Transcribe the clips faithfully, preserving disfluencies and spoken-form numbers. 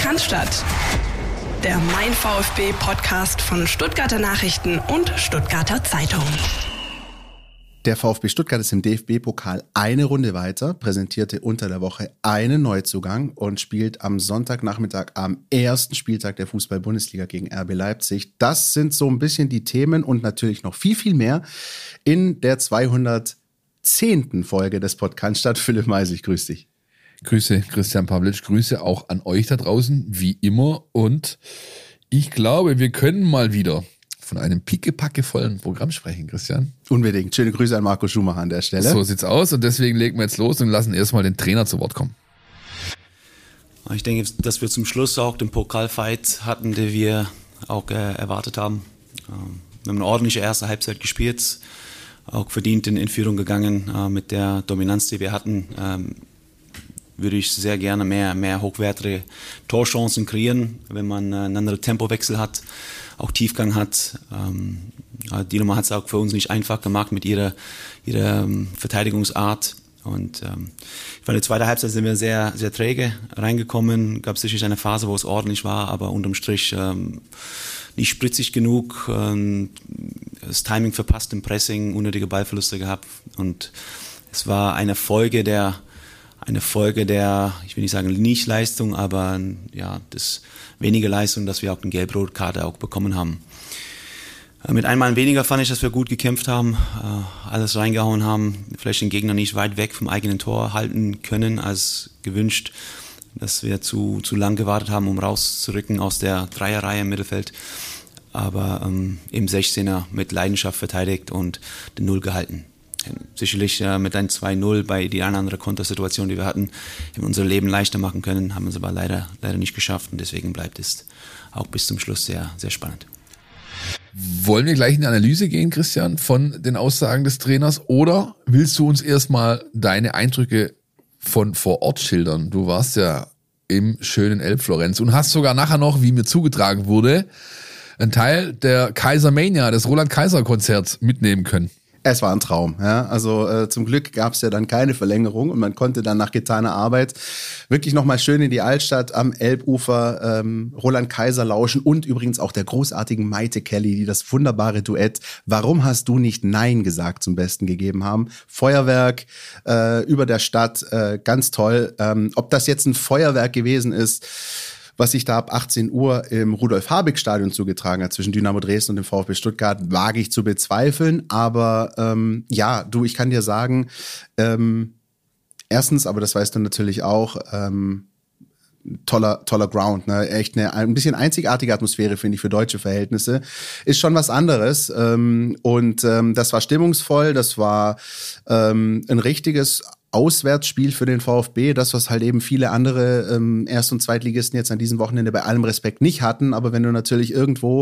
Cannstatt. Der Mein VfB-Podcast von Stuttgarter Nachrichten und Stuttgarter Zeitung. Der VfB Stuttgart ist im D F B-Pokal eine Runde weiter, präsentierte unter der Woche einen Neuzugang und spielt am Sonntagnachmittag am ersten Spieltag der Fußball-Bundesliga gegen R B Leipzig. Das sind so ein bisschen die Themen und natürlich noch viel, viel mehr in der zweihundertzehnten Folge des Podcasts. Philipp Meisel, ich grüße dich. Grüße Christian Pavlic, Grüße auch an euch da draußen, wie immer. Und ich glaube, wir können mal wieder von einem pickepackevollen Programm sprechen, Christian. Unbedingt. Schöne Grüße an Marco Schumacher an der Stelle. So sieht's aus und deswegen legen wir jetzt los und lassen erstmal den Trainer zu Wort kommen. Ich denke, dass wir zum Schluss auch den Pokalfight hatten, den wir auch äh, erwartet haben. Ähm, wir haben eine ordentliche erste Halbzeit gespielt, auch verdient in, in Führung gegangen äh, mit der Dominanz, die wir hatten. Ähm, würde ich sehr gerne mehr, mehr hochwertige Torchancen kreieren, wenn man äh, einen anderen Tempowechsel hat, auch Tiefgang hat. Ähm, die Nummer hat es auch für uns nicht einfach gemacht mit ihrer, ihrer ähm, Verteidigungsart. Und ähm, ich fand, in der zweiten Halbzeit sind wir sehr, sehr träge reingekommen. Gab sicherlich eine Phase, wo es ordentlich war, aber unterm Strich ähm, nicht spritzig genug. Ähm, das Timing verpasst im Pressing, unnötige Ballverluste gehabt. Und es war eine Folge der Eine Folge der, ich will nicht sagen Nichtleistung, aber ja, das wenige Leistung, dass wir auch den Gelb-Rot-Karte auch bekommen haben. Mit einmal weniger fand ich, dass wir gut gekämpft haben, alles reingehauen haben, vielleicht den Gegner nicht weit weg vom eigenen Tor halten können als gewünscht, dass wir zu, zu lang gewartet haben, um rauszurücken aus der Dreierreihe im Mittelfeld, aber ähm, im sechzehner mit Leidenschaft verteidigt und den Null gehalten. Sicherlich äh, mit einem zwei null bei die eine oder andere Kontersituation, die wir hatten, haben unser Leben leichter machen können, haben es aber leider, leider nicht geschafft und deswegen bleibt es auch bis zum Schluss sehr, sehr spannend. Wollen wir gleich in die Analyse gehen, Christian, von den Aussagen des Trainers oder willst du uns erstmal deine Eindrücke von vor Ort schildern? Du warst ja im schönen Elbflorenz und hast sogar nachher noch, wie mir zugetragen wurde, einen Teil der Kaisermania, des Roland-Kaiser-Konzerts mitnehmen können. Es war ein Traum. Ja. Also äh, zum Glück gab es ja dann keine Verlängerung und man konnte dann nach getaner Arbeit wirklich nochmal schön in die Altstadt am Elbufer ähm, Roland Kaiser lauschen und übrigens auch der großartigen Maite Kelly, die das wunderbare Duett "Warum hast du nicht Nein gesagt" zum Besten gegeben haben. Feuerwerk äh, über der Stadt, äh, ganz toll. Ähm, ob das jetzt ein Feuerwerk gewesen ist, was sich da ab achtzehn Uhr im Rudolf-Habig-Stadion zugetragen hat zwischen Dynamo Dresden und dem VfB Stuttgart, wage ich zu bezweifeln. Aber ähm, ja, du, ich kann dir sagen, ähm, erstens, aber das weißt du natürlich auch, ähm, toller toller Ground, ne? Echt eine ein bisschen einzigartige Atmosphäre, finde ich, für deutsche Verhältnisse. Ist schon was anderes. Ähm, und ähm, das war stimmungsvoll, das war ähm, ein richtiges Auswärtsspiel für den VfB, das, was halt eben viele andere ähm, Erst- und Zweitligisten jetzt an diesem Wochenende bei allem Respekt nicht hatten. Aber wenn du natürlich irgendwo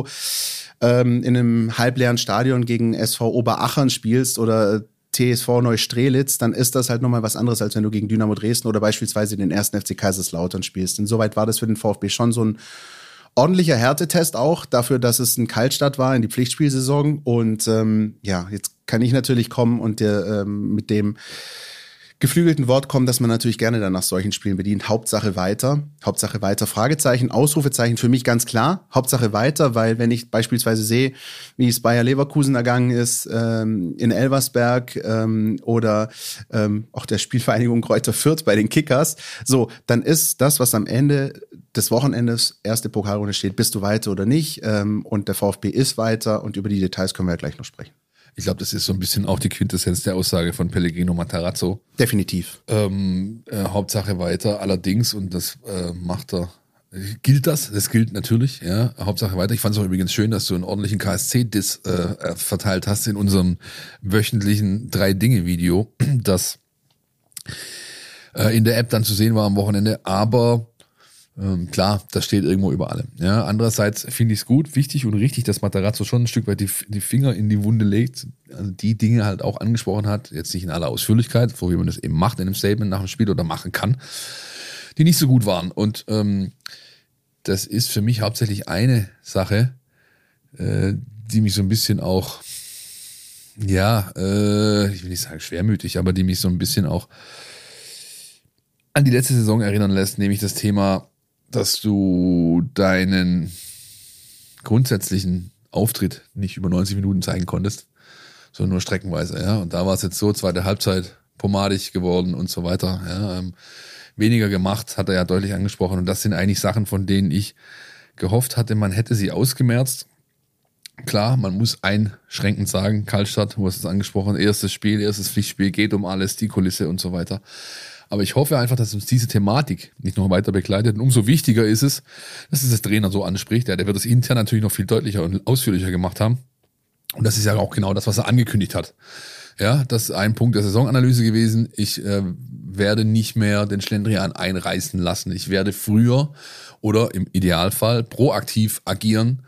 ähm, in einem halbleeren Stadion gegen S V Oberachern spielst oder T S V Neustrelitz, dann ist das halt nochmal was anderes, als wenn du gegen Dynamo Dresden oder beispielsweise den ersten F C Kaiserslautern spielst. Insoweit war das für den VfB schon so ein ordentlicher Härtetest auch, dafür, dass es ein Kaltstart war in die Pflichtspielsaison. Und ähm, ja, jetzt kann ich natürlich kommen und dir ähm, mit dem geflügelten Wort kommen, dass man natürlich gerne dann nach solchen Spielen bedient. Hauptsache weiter, Hauptsache weiter, Fragezeichen, Ausrufezeichen für mich ganz klar. Hauptsache weiter, weil wenn ich beispielsweise sehe, wie es Bayer Leverkusen ergangen ist, ähm, in Elversberg ähm, oder ähm, auch der Spielvereinigung Greuther Fürth bei den Kickers, so, dann ist das, was am Ende des Wochenendes erste Pokalrunde steht, bist du weiter oder nicht, ähm, und der VfB ist weiter und über die Details können wir ja gleich noch sprechen. Ich glaube, das ist so ein bisschen auch die Quintessenz der Aussage von Pellegrino Matarazzo. Definitiv. Ähm, äh, Hauptsache weiter, allerdings, und das äh, macht er, gilt das? Das gilt natürlich, ja. Hauptsache weiter. Ich fand es auch übrigens schön, dass du einen ordentlichen K S C-Diss äh, verteilt hast in unserem wöchentlichen Drei-Dinge-Video, das äh, in der App dann zu sehen war am Wochenende, aber Ähm, klar, das steht irgendwo über allem. Ja, andererseits finde ich es gut, wichtig und richtig, dass Matarazzo schon ein Stück weit die, die Finger in die Wunde legt, also die Dinge halt auch angesprochen hat, jetzt nicht in aller Ausführlichkeit, so wie man das eben macht in einem Statement nach dem Spiel oder machen kann, die nicht so gut waren. Und ähm, das ist für mich hauptsächlich eine Sache, äh, die mich so ein bisschen auch, ja, äh, ich will nicht sagen schwermütig, aber die mich so ein bisschen auch an die letzte Saison erinnern lässt, nämlich das Thema dass du deinen grundsätzlichen Auftritt nicht über neunzig Minuten zeigen konntest, sondern nur streckenweise. Ja? Und da war es jetzt so, zweite Halbzeit pomadig geworden und so weiter. Ja? Ähm, weniger gemacht, hat er ja deutlich angesprochen. Und das sind eigentlich Sachen, von denen ich gehofft hatte, man hätte sie ausgemerzt. Klar, man muss einschränkend sagen, Karlstadt, du hast es angesprochen, erstes Spiel, erstes Pflichtspiel, geht um alles, die Kulisse und so weiter. Aber ich hoffe einfach, dass uns diese Thematik nicht noch weiter begleitet. Und umso wichtiger ist es, dass es das Trainer so anspricht. Ja, der wird es intern natürlich noch viel deutlicher und ausführlicher gemacht haben. Und das ist ja auch genau das, was er angekündigt hat. Ja, das ist ein Punkt der Saisonanalyse gewesen. Ich äh, werde nicht mehr den Schlendrian einreißen lassen. Ich werde früher oder im Idealfall proaktiv agieren,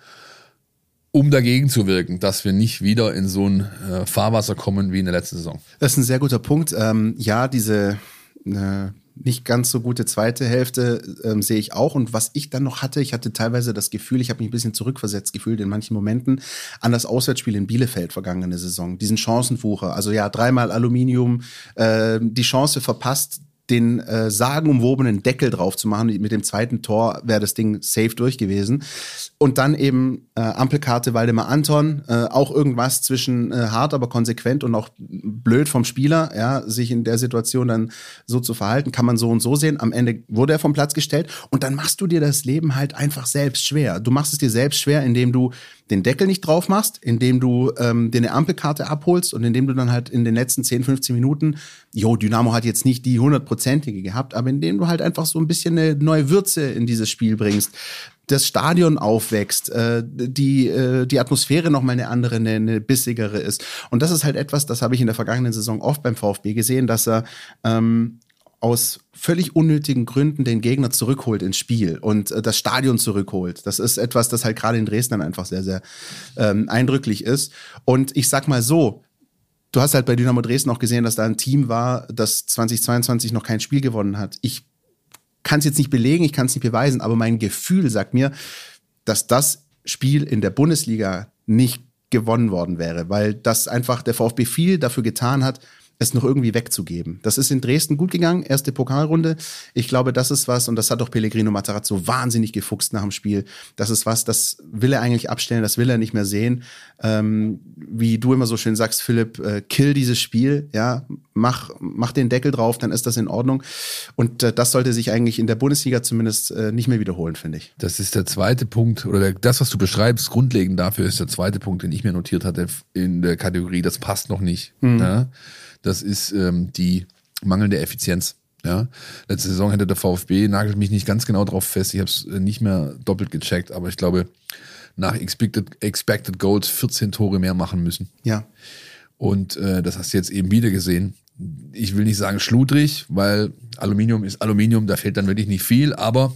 um dagegen zu wirken, dass wir nicht wieder in so ein äh, Fahrwasser kommen wie in der letzten Saison. Das ist ein sehr guter Punkt. Ähm, ja, diese äh, nicht ganz so gute zweite Hälfte ähm, sehe ich auch. Und was ich dann noch hatte, ich hatte teilweise das Gefühl, ich habe mich ein bisschen zurückversetzt gefühlt in manchen Momenten an das Auswärtsspiel in Bielefeld vergangene Saison. Diesen Chancenwucher, also ja, dreimal Aluminium, äh, die Chance verpasst, den äh, sagenumwobenen Deckel drauf zu machen. Mit dem zweiten Tor wäre das Ding safe durch gewesen. Und dann eben äh, Ampelkarte Waldemar Anton, äh, auch irgendwas zwischen äh, hart, aber konsequent und auch blöd vom Spieler, ja, sich in der Situation dann so zu verhalten, kann man so und so sehen. Am Ende wurde er vom Platz gestellt und dann machst du dir das Leben halt einfach selbst schwer. Du machst es dir selbst schwer, indem du den Deckel nicht drauf machst, indem du ähm, dir eine Ampelkarte abholst und indem du dann halt in den letzten zehn, fünfzehn Minuten, jo, Dynamo hat jetzt nicht die hundertprozentige gehabt, aber indem du halt einfach so ein bisschen eine neue Würze in dieses Spiel bringst, das Stadion aufwächst, äh, die äh, die Atmosphäre noch mal eine andere, eine, eine bissigere ist. Und das ist halt etwas, das habe ich in der vergangenen Saison oft beim VfB gesehen, dass er ähm, aus völlig unnötigen Gründen den Gegner zurückholt ins Spiel und äh, das Stadion zurückholt. Das ist etwas, das halt gerade in Dresden dann einfach sehr, sehr ähm, eindrücklich ist. Und ich sag mal so, du hast halt bei Dynamo Dresden auch gesehen, dass da ein Team war, das zweitausendzweiundzwanzig noch kein Spiel gewonnen hat. Ich kann es jetzt nicht belegen, ich kann es nicht beweisen, aber mein Gefühl sagt mir, dass das Spiel in der Bundesliga nicht gewonnen worden wäre, weil das einfach der VfB viel dafür getan hat, es noch irgendwie wegzugeben. Das ist in Dresden gut gegangen, erste Pokalrunde. Ich glaube, das ist was, und das hat auch Pellegrino Matarazzo wahnsinnig gefuchst nach dem Spiel. Das ist was, das will er eigentlich abstellen, das will er nicht mehr sehen. Ähm, wie du immer so schön sagst, Philipp, äh, kill dieses Spiel, ja, mach, mach den Deckel drauf, dann ist das in Ordnung. Und äh, das sollte sich eigentlich in der Bundesliga zumindest äh, nicht mehr wiederholen, finde ich. Das ist der zweite Punkt, oder der, das, was du beschreibst, grundlegend dafür ist der zweite Punkt, den ich mir notiert hatte in der Kategorie, das passt noch nicht. Mhm. Ja? Das ist ähm, die mangelnde Effizienz. Ja, letzte Saison hätte der VfB, nagelt mich nicht ganz genau drauf fest, ich habe es nicht mehr doppelt gecheckt, aber ich glaube, nach Expected, Expected Goals vierzehn Tore mehr machen müssen. Ja. Und äh, das hast du jetzt eben wieder gesehen. Ich will nicht sagen schludrig, weil Aluminium ist Aluminium, da fehlt dann wirklich nicht viel, aber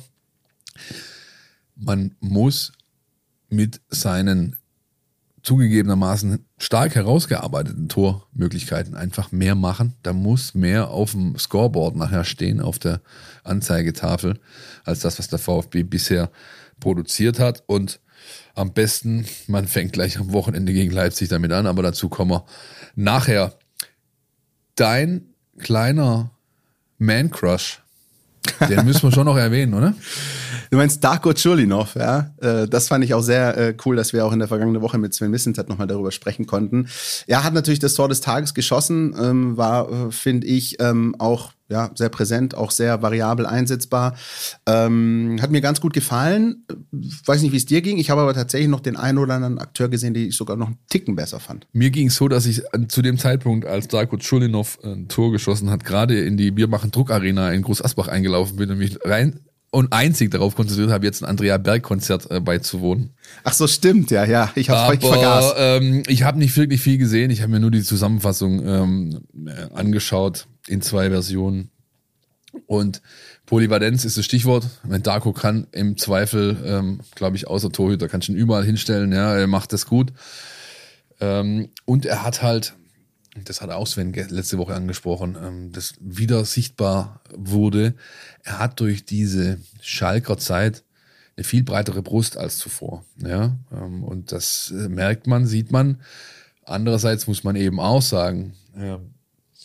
man muss mit seinen zugegebenermaßen stark herausgearbeiteten Tormöglichkeiten einfach mehr machen. Da muss mehr auf dem Scoreboard nachher stehen, auf der Anzeigetafel, als das, was der VfB bisher produziert hat. Und am besten, man fängt gleich am Wochenende gegen Leipzig damit an, aber dazu kommen wir nachher. Dein kleiner Man-Crush, den müssen wir schon noch erwähnen, oder? Du meinst Darko Churlinov, ja? Das fand ich auch sehr cool, dass wir auch in der vergangenen Woche mit Sven Mislintat nochmal darüber sprechen konnten. Er hat natürlich das Tor des Tages geschossen, war, finde ich, auch ja, sehr präsent, auch sehr variabel einsetzbar. Ähm, hat mir ganz gut gefallen. Weiß nicht, wie es dir ging. Ich habe aber tatsächlich noch den einen oder anderen Akteur gesehen, den ich sogar noch einen Ticken besser fand. Mir ging es so, dass ich zu dem Zeitpunkt, als Darko Churlinov ein Tor geschossen hat, gerade in die Biermachen-Druckarena in Groß Asbach eingelaufen bin und mich rein und einzig darauf konzentriert habe, jetzt ein Andrea Berg-Konzert äh, beizuwohnen. Ach so, stimmt, ja, ja. Ich habe ich vergaß. Ähm, ich habe nicht wirklich viel gesehen. Ich habe mir nur die Zusammenfassung ähm, angeschaut in zwei Versionen. Und Polyvalenz ist das Stichwort. Wenn Darko kann, im Zweifel, ähm, glaube ich, außer Torhüter, kannst du ihn überall hinstellen. Ja, er macht das gut. Ähm, und er hat halt, das hat auch Sven letzte Woche angesprochen, ähm, das wieder sichtbar wurde, er hat durch diese Schalker Zeit eine viel breitere Brust als zuvor. Ja, ähm, und das äh, merkt man, sieht man. Andererseits muss man eben auch sagen, ja,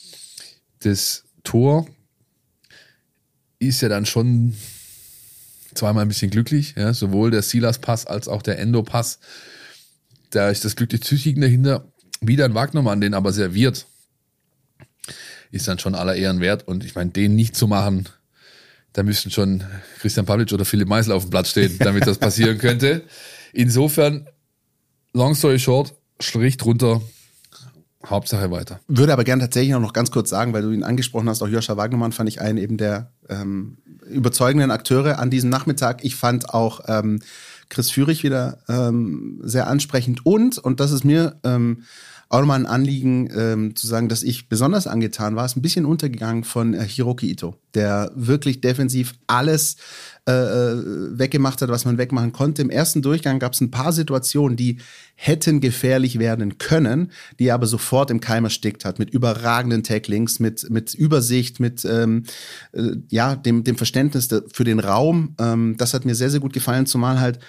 das Tor ist ja dann schon zweimal ein bisschen glücklich, ja, sowohl der Silas-Pass als auch der Endo-Pass. Da ist das glücklich Züchtigen dahinter. Wieder ein Wagnermann, den aber serviert, ist dann schon aller Ehren wert. Und ich meine, den nicht zu machen, da müssten schon Christian Pavlic oder Philipp Meisel auf dem Platz stehen, damit das passieren könnte. Insofern, long story short, Strich drunter, Hauptsache weiter. Würde aber gern tatsächlich auch noch ganz kurz sagen, weil du ihn angesprochen hast, auch Joscha Wagnermann fand ich einen eben der ähm, überzeugenden Akteure an diesem Nachmittag. Ich fand auch ähm, Chris Führig wieder ähm, sehr ansprechend und, und das ist mir ähm, auch nochmal ein Anliegen ähm, zu sagen, dass ich besonders angetan war, ist ein bisschen untergegangen von äh, Hiroki Ito, der wirklich defensiv alles äh, weggemacht hat, was man wegmachen konnte. Im ersten Durchgang gab es ein paar Situationen, die hätten gefährlich werden können, die er aber sofort im Keim erstickt hat, mit überragenden Tacklings, mit mit Übersicht, mit ähm, äh, ja dem dem Verständnis für den Raum. Ähm, das hat mir sehr, sehr gut gefallen, zumal halt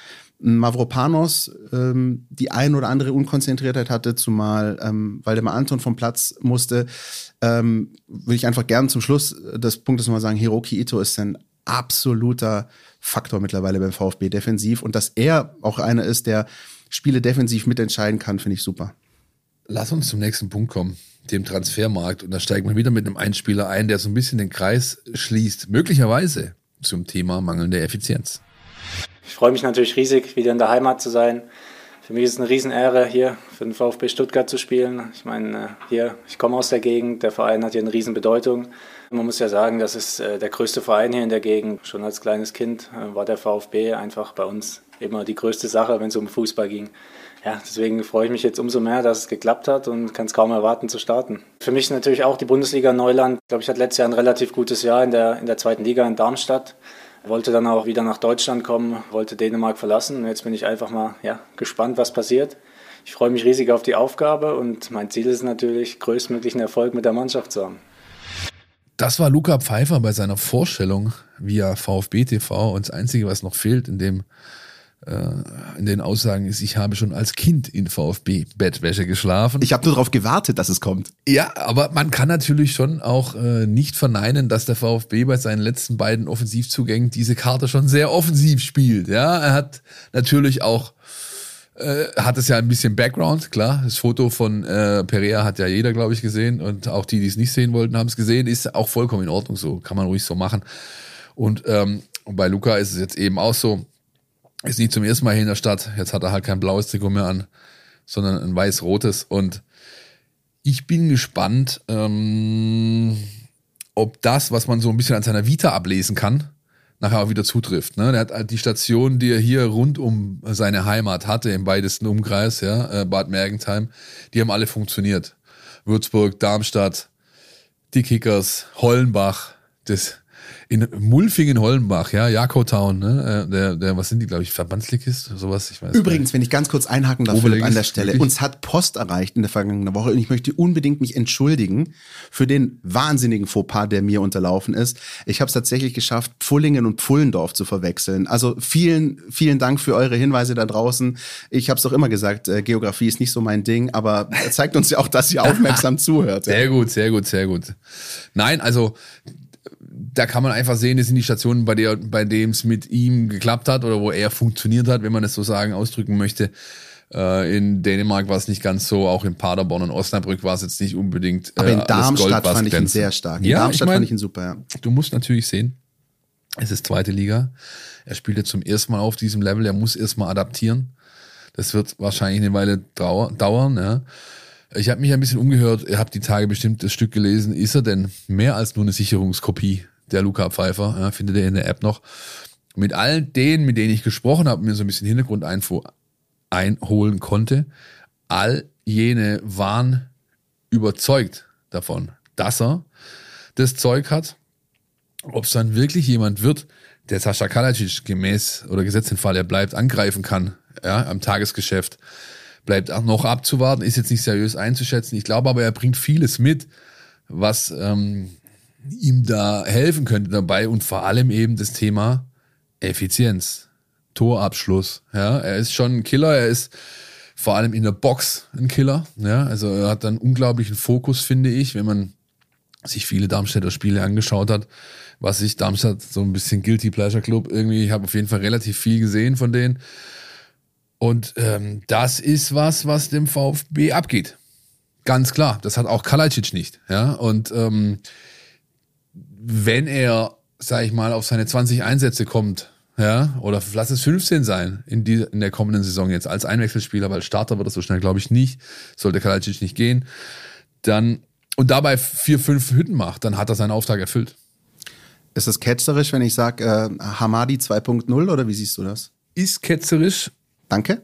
Mavropanos ähm, die ein oder andere Unkonzentriertheit hatte, zumal ähm, Waldemar Anton vom Platz musste, ähm, würde ich einfach gerne zum Schluss des Punktes nochmal sagen, Hiroki Ito ist ein absoluter Faktor mittlerweile beim VfB defensiv und dass er auch einer ist, der Spiele defensiv mitentscheiden kann, finde ich super. Lass uns zum nächsten Punkt kommen, dem Transfermarkt. Und da steigt man wieder mit einem Einspieler ein, der so ein bisschen den Kreis schließt, möglicherweise zum Thema mangelnde Effizienz. Ich freue mich natürlich riesig, wieder in der Heimat zu sein. Für mich ist es eine Riesenehre, hier für den VfB Stuttgart zu spielen. Ich meine, hier, ich komme aus der Gegend, der Verein hat hier eine Riesenbedeutung. Man muss ja sagen, das ist der größte Verein hier in der Gegend. Schon als kleines Kind war der VfB einfach bei uns immer die größte Sache, wenn es um Fußball ging. Ja, deswegen freue ich mich jetzt umso mehr, dass es geklappt hat und kann es kaum erwarten zu starten. Für mich natürlich auch die Bundesliga Neuland. Ich glaube, ich hatte letztes Jahr ein relativ gutes Jahr in der, in der zweiten Liga in Darmstadt. Wollte dann auch wieder nach Deutschland kommen, wollte Dänemark verlassen. Und jetzt bin ich einfach mal ja, gespannt, was passiert. Ich freue mich riesig auf die Aufgabe und mein Ziel ist natürlich, größtmöglichen Erfolg mit der Mannschaft zu haben. Das war Luca Pfeiffer bei seiner Vorstellung via VfB T V und das Einzige, was noch fehlt in dem in den Aussagen ist, ich habe schon als Kind in VfB-Bettwäsche geschlafen. Ich habe nur darauf gewartet, dass es kommt. Ja, aber man kann natürlich schon auch äh, nicht verneinen, dass der VfB bei seinen letzten beiden Offensivzugängen diese Karte schon sehr offensiv spielt. Ja, er hat natürlich auch, äh, hat es ja ein bisschen Background, klar. Das Foto von äh, Perea hat ja jeder, glaube ich, gesehen und auch die, die es nicht sehen wollten, haben es gesehen. Ist auch vollkommen in Ordnung so, kann man ruhig so machen. Und ähm, bei Luca ist es jetzt eben auch so, ist nicht zum ersten Mal hier in der Stadt. Jetzt hat er halt kein blaues Trikot mehr an, sondern ein weiß-rotes. Und ich bin gespannt, ähm, ob das, was man so ein bisschen an seiner Vita ablesen kann, nachher auch wieder zutrifft. Ne? Der hat halt die Stationen, die er hier rund um seine Heimat hatte, im weitesten Umkreis, ja, Bad Mergentheim, die haben alle funktioniert. Würzburg, Darmstadt, die Kickers, Hollenbach, das in Mulfingen-Hollenbach, ja, Jakotown, ne, der, der, was sind die, glaube ich, Verbandsligist, sowas, ich weiß Übrigens, wenn ich ganz kurz einhaken darf, Philipp, an der Stelle, wirklich? Uns hat Post erreicht in der vergangenen Woche und ich möchte unbedingt mich entschuldigen für den wahnsinnigen Fauxpas, der mir unterlaufen ist. Ich habe es tatsächlich geschafft, Pfullingen und Pfullendorf zu verwechseln. Also vielen, vielen Dank für eure Hinweise da draußen. Ich habe es doch immer gesagt, äh, Geografie ist nicht so mein Ding, aber zeigt uns ja auch, dass ihr aufmerksam zuhört. Sehr gut, sehr gut, sehr gut. Nein, also da kann man einfach sehen, das sind die Stationen, bei der, bei dem es mit ihm geklappt hat oder wo er funktioniert hat, wenn man das so sagen, ausdrücken möchte. Äh, in Dänemark war es nicht ganz so, auch in Paderborn und Osnabrück war es jetzt nicht unbedingt. Äh, Aber in Darmstadt fand ich ihn glänzen. sehr stark. In ja, Darmstadt ich mein, fand ich ihn super, ja. Du musst natürlich sehen, es ist zweite Liga. Er spielt jetzt zum ersten Mal auf diesem Level, er muss erstmal adaptieren. Das wird wahrscheinlich eine Weile dauern, ja. Ich habe mich ein bisschen umgehört, ihr habt die Tage bestimmt das Stück gelesen. Ist er denn mehr als nur eine Sicherungskopie? Der Luca Pfeiffer, ja, findet ihr in der App noch. Mit all denen, mit denen ich gesprochen habe, mir so ein bisschen Hintergrundinfo einholen konnte, all jene waren überzeugt davon, dass er das Zeug hat. Ob es dann wirklich jemand wird, der Sascha Kalajdzic gemäß oder gesetzt den Fall, er bleibt, angreifen kann, ja, am Tagesgeschäft, bleibt auch noch abzuwarten, ist jetzt nicht seriös einzuschätzen. Ich glaube aber, er bringt vieles mit, was ähm, ihm da helfen könnte dabei und vor allem eben das Thema Effizienz, Torabschluss. Ja, er ist schon ein Killer, er ist vor allem in der Box ein Killer. Ja, also er hat dann unglaublichen Fokus, finde ich, wenn man sich viele Darmstädter Spiele angeschaut hat, was ich Darmstadt so ein bisschen Guilty Pleasure Club irgendwie, ich habe auf jeden Fall relativ viel gesehen von denen. Und ähm, das ist was, was dem VfB abgeht. Ganz klar, das hat auch Kalajdzic nicht. Ja? Und ähm, wenn er, sag ich mal, auf seine zwanzig Einsätze kommt, ja, oder lass es fünfzehn sein in, die, in der kommenden Saison jetzt als Einwechselspieler, weil Starter wird das so schnell, glaube ich, nicht, sollte Kalajdzic nicht gehen, dann und dabei vier, fünf Hütten macht, dann hat er seinen Auftrag erfüllt. Ist es ketzerisch, wenn ich sage äh, Hamadi zwei Punkt null oder wie siehst du das? Ist ketzerisch. Danke.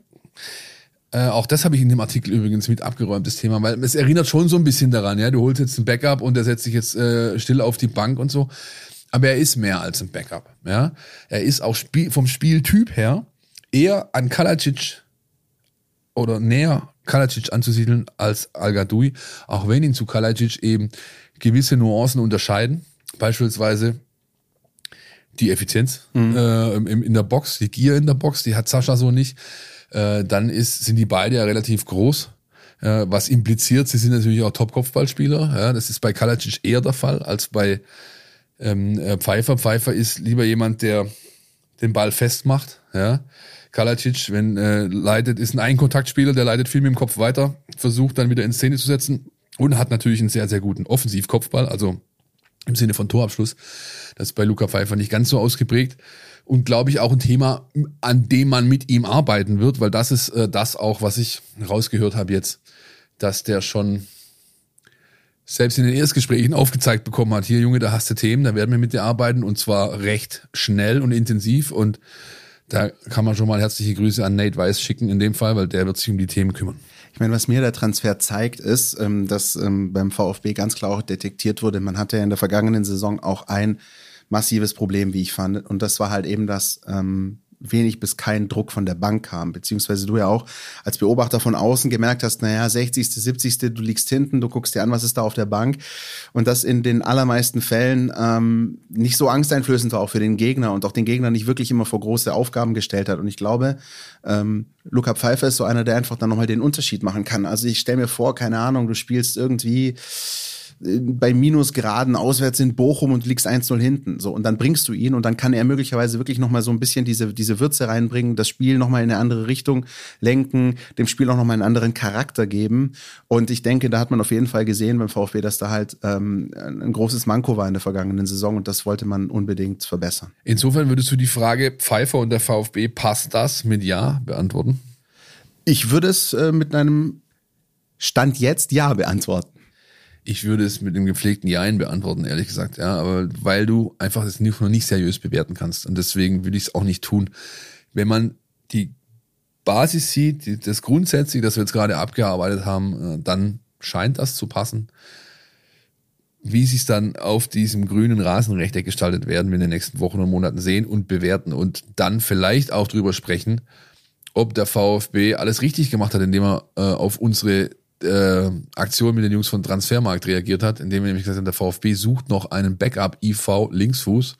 Äh, auch das habe ich in dem Artikel übrigens mit abgeräumt, das Thema, weil es erinnert schon so ein bisschen daran, ja, du holst jetzt ein Backup und der setzt sich jetzt äh, still auf die Bank und so, aber er ist mehr als ein Backup, ja. Er ist auch Spiel, vom Spieltyp her eher an Kalajdzic oder näher Kalajdzic anzusiedeln als Al-Gadoui, auch wenn ihn zu Kalajdzic eben gewisse Nuancen unterscheiden, beispielsweise die Effizienz mhm. äh, in, in der Box, die Gier in der Box, die hat Sascha so nicht. Äh, dann ist, sind die beide ja relativ groß, äh, was impliziert, sie sind natürlich auch Top-Kopfballspieler. Ja, das ist bei Kalajdzic eher der Fall als bei ähm, Pfeiffer. Pfeiffer ist lieber jemand, der den Ball festmacht. Ja. Kalajdzic, wenn äh, leitet, ist ein Einkontaktspieler, der leitet viel mit dem Kopf weiter, versucht dann wieder in Szene zu setzen und hat natürlich einen sehr, sehr guten Offensivkopfball, also im Sinne von Torabschluss. Das ist bei Luca Pfeiffer nicht ganz so ausgeprägt und glaube ich auch ein Thema, an dem man mit ihm arbeiten wird, weil das ist äh, das auch, was ich rausgehört habe jetzt, dass der schon selbst in den Erstgesprächen aufgezeigt bekommen hat, hier Junge, da hast du Themen, da werden wir mit dir arbeiten und zwar recht schnell und intensiv und da kann man schon mal herzliche Grüße an Nate Weiss schicken in dem Fall, weil der wird sich um die Themen kümmern. Ich meine, was mir der Transfer zeigt, ist, dass beim VfB ganz klar auch detektiert wurde, man hatte ja in der vergangenen Saison auch ein massives Problem, wie ich fand. Und das war halt eben, dass ähm, wenig bis kein Druck von der Bank kam. Beziehungsweise du ja auch als Beobachter von außen gemerkt hast, naja, sechzigste, siebzigste du liegst hinten, du guckst dir an, was ist da auf der Bank. Und das in den allermeisten Fällen ähm, nicht so angsteinflößend war auch für den Gegner und auch den Gegner nicht wirklich immer vor große Aufgaben gestellt hat. Und ich glaube, ähm, Luca Pfeiffer ist so einer, der einfach dann nochmal den Unterschied machen kann. Also ich stelle mir vor, keine Ahnung, du spielst irgendwie bei Minusgraden auswärts in Bochum und liegst eins null hinten. So, und dann bringst du ihn und dann kann er möglicherweise wirklich nochmal so ein bisschen diese, diese Würze reinbringen, das Spiel nochmal in eine andere Richtung lenken, dem Spiel auch nochmal einen anderen Charakter geben. Und ich denke, da hat man auf jeden Fall gesehen beim VfB, dass da halt ähm, ein großes Manko war in der vergangenen Saison und das wollte man unbedingt verbessern. Insofern würdest du die Frage Pfeiffer und der VfB, passt das mit Ja beantworten? Ich würde es äh, mit einem Stand jetzt Ja beantworten. Ich würde es mit dem gepflegten Jein beantworten, ehrlich gesagt, ja, aber weil du einfach das noch nicht seriös bewerten kannst und deswegen würde ich es auch nicht tun. Wenn man die Basis sieht, das grundsätzlich, das wir jetzt gerade abgearbeitet haben, dann scheint das zu passen. Wie sie es dann auf diesem grünen Rasenrechteck gestaltet werden, wir in den nächsten Wochen und Monaten sehen und bewerten und dann vielleicht auch drüber sprechen, ob der VfB alles richtig gemacht hat, indem er äh, auf unsere Äh, Aktion mit den Jungs von Transfermarkt reagiert hat, indem wir nämlich gesagt haben, der VfB sucht noch einen Backup-I V Linksfuß.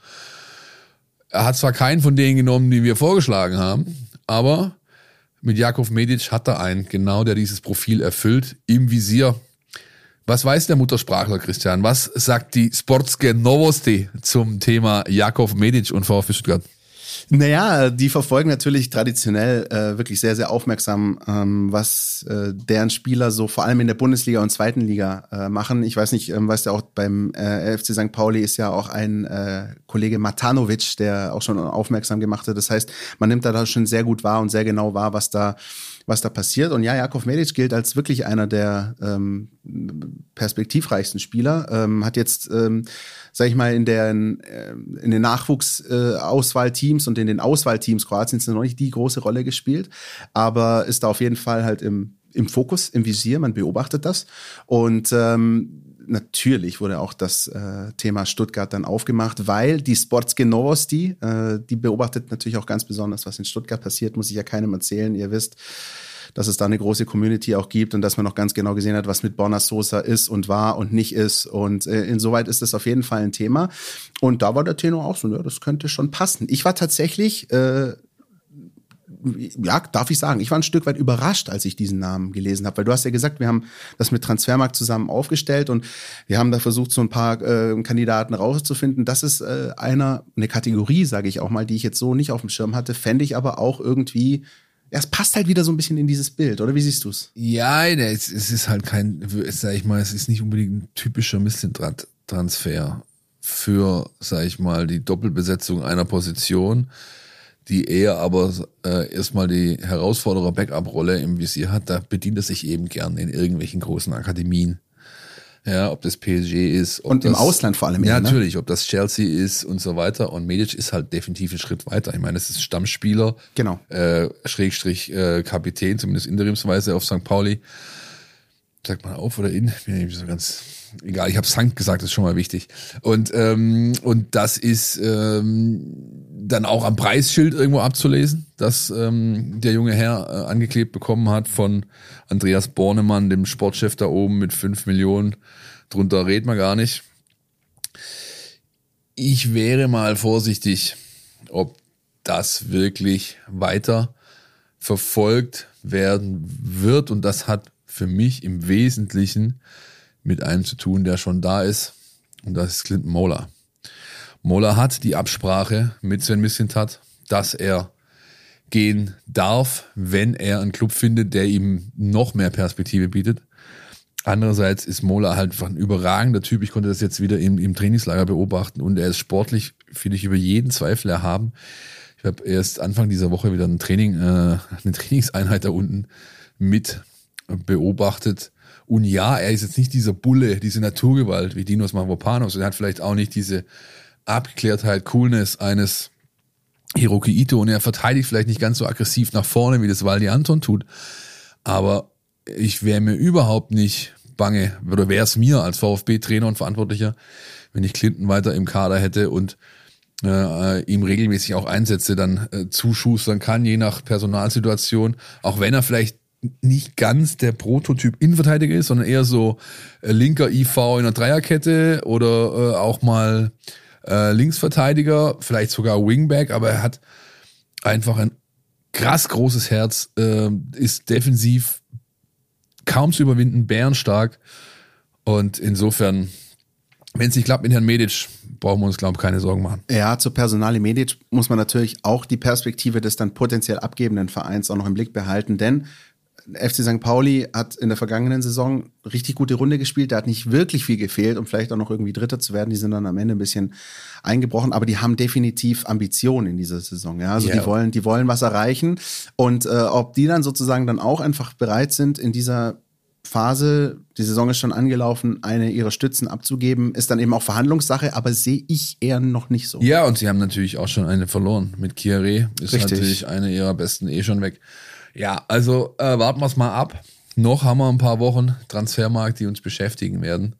Er hat zwar keinen von denen genommen, die wir vorgeschlagen haben, aber mit Jakov Medic hat er einen, genau der dieses Profil erfüllt, im Visier. Was weiß der Muttersprachler, Christian? Was sagt die Sportske Novosti zum Thema Jakov Medic und VfB Stuttgart? Naja, die verfolgen natürlich traditionell äh, wirklich sehr, sehr aufmerksam, ähm, was äh, deren Spieler so vor allem in der Bundesliga und zweiten Liga äh, machen. Ich weiß nicht, ähm, weißt du, auch beim äh, F C Sankt Pauli ist ja auch ein äh, Kollege Matanovic, der auch schon aufmerksam gemacht hat. Das heißt, man nimmt da schon sehr gut wahr und sehr genau wahr, was da was da passiert. Und ja, Jakov Medic gilt als wirklich einer der ähm, perspektivreichsten Spieler. Ähm, hat jetzt, ähm, sag ich mal, in, der, in, in den Nachwuchsauswahlteams äh, und in den Auswahlteams Kroatiens noch nicht die große Rolle gespielt, aber ist da auf jeden Fall halt im, im Fokus, im Visier, man beobachtet das. Und ähm, natürlich wurde auch das äh, Thema Stuttgart dann aufgemacht, weil die Sportske Novosti, äh, die beobachtet natürlich auch ganz besonders, was in Stuttgart passiert, muss ich ja keinem erzählen. Ihr wisst, dass es da eine große Community auch gibt und dass man noch ganz genau gesehen hat, was mit Borna Sosa ist und war und nicht ist. Und äh, insoweit ist das auf jeden Fall ein Thema. Und da war der Tenor auch so, ja, das könnte schon passen. Ich war tatsächlich äh, ja, darf ich sagen, ich war ein Stück weit überrascht, als ich diesen Namen gelesen habe, weil du hast ja gesagt, wir haben das mit Transfermarkt zusammen aufgestellt und wir haben da versucht, so ein paar äh, Kandidaten rauszufinden. Das ist äh, einer, eine Kategorie, sage ich auch mal, die ich jetzt so nicht auf dem Schirm hatte, fände ich aber auch irgendwie, ja, es passt halt wieder so ein bisschen in dieses Bild, oder wie siehst du's? Ja, es, es ist halt kein, sag ich mal, es ist nicht unbedingt ein typischer Mislintat-Transfer für, sag ich mal, die Doppelbesetzung einer Position, die eher aber äh, erstmal die Herausforderer-Backup-Rolle im Visier hat. Da bedient er sich eben gern in irgendwelchen großen Akademien. Ja, ob das P S G ist. Ob und das, im Ausland vor allem. Ja, eher, ne? natürlich, ob das Chelsea ist und so weiter. Und Medic ist halt definitiv ein Schritt weiter. Ich meine, es ist Stammspieler, genau. äh, Schrägstrich äh, Kapitän, zumindest interimsweise auf Sankt Pauli. Sagt man auf oder in? Bin nicht so ganz egal. Ich habe Sankt gesagt, das ist schon mal wichtig. Und ähm, und das ist ähm, dann auch am Preisschild irgendwo abzulesen, dass ähm, der junge Herr äh, angeklebt bekommen hat von Andreas Bornemann, dem Sportchef da oben mit fünf Millionen. Drunter redet man gar nicht. Ich wäre mal vorsichtig, ob das wirklich weiter verfolgt werden wird. Und das hat für mich im Wesentlichen mit einem zu tun, der schon da ist. Und das ist Clinton Mola. Mola hat die Absprache mit Sven Mislintat, dass er gehen darf, wenn er einen Club findet, der ihm noch mehr Perspektive bietet. Andererseits ist Mola halt einfach ein überragender Typ. Ich konnte das jetzt wieder im, im Trainingslager beobachten und er ist sportlich, finde ich, über jeden Zweifel erhaben. Ich habe erst Anfang dieser Woche wieder ein Training, äh, eine Trainingseinheit da unten mit beobachtet. Und ja, er ist jetzt nicht dieser Bulle, diese Naturgewalt wie Dinos Mavropanos und er hat vielleicht auch nicht diese Abgeklärtheit, Coolness eines Hiroki Ito und er verteidigt vielleicht nicht ganz so aggressiv nach vorne, wie das Valdi Anton tut. Aber ich wäre mir überhaupt nicht bange, oder wäre es mir als VfB-Trainer und Verantwortlicher, wenn ich Clinton weiter im Kader hätte und äh, ihm regelmäßig auch Einsätze dann äh, zuschustern kann, je nach Personalsituation, auch wenn er vielleicht nicht ganz der Prototyp Innenverteidiger ist, sondern eher so äh, linker I V in einer Dreierkette oder äh, auch mal äh, Linksverteidiger, vielleicht sogar Wingback, aber er hat einfach ein krass großes Herz, äh, ist defensiv kaum zu überwinden, bärenstark und insofern, wenn es nicht klappt mit Herrn Medic, brauchen wir uns, glaube ich, keine Sorgen machen. Ja, zur Personalie Medic muss man natürlich auch die Perspektive des dann potenziell abgebenden Vereins auch noch im Blick behalten, denn F C Sankt Pauli hat in der vergangenen Saison richtig gute Runde gespielt, da hat nicht wirklich viel gefehlt, um vielleicht auch noch irgendwie Dritter zu werden, die sind dann am Ende ein bisschen eingebrochen, aber die haben definitiv Ambitionen in dieser Saison, ja, also yeah. die wollen, die wollen was erreichen und äh, ob die dann sozusagen dann auch einfach bereit sind, in dieser Phase, die Saison ist schon angelaufen, eine ihrer Stützen abzugeben, ist dann eben auch Verhandlungssache, aber sehe ich eher noch nicht so. Ja, und sie haben natürlich auch schon eine verloren mit Chiare, ist Richtig. natürlich eine ihrer besten eh schon weg. Ja, also äh, warten wir es mal ab. Noch haben wir ein paar Wochen Transfermarkt, die uns beschäftigen werden.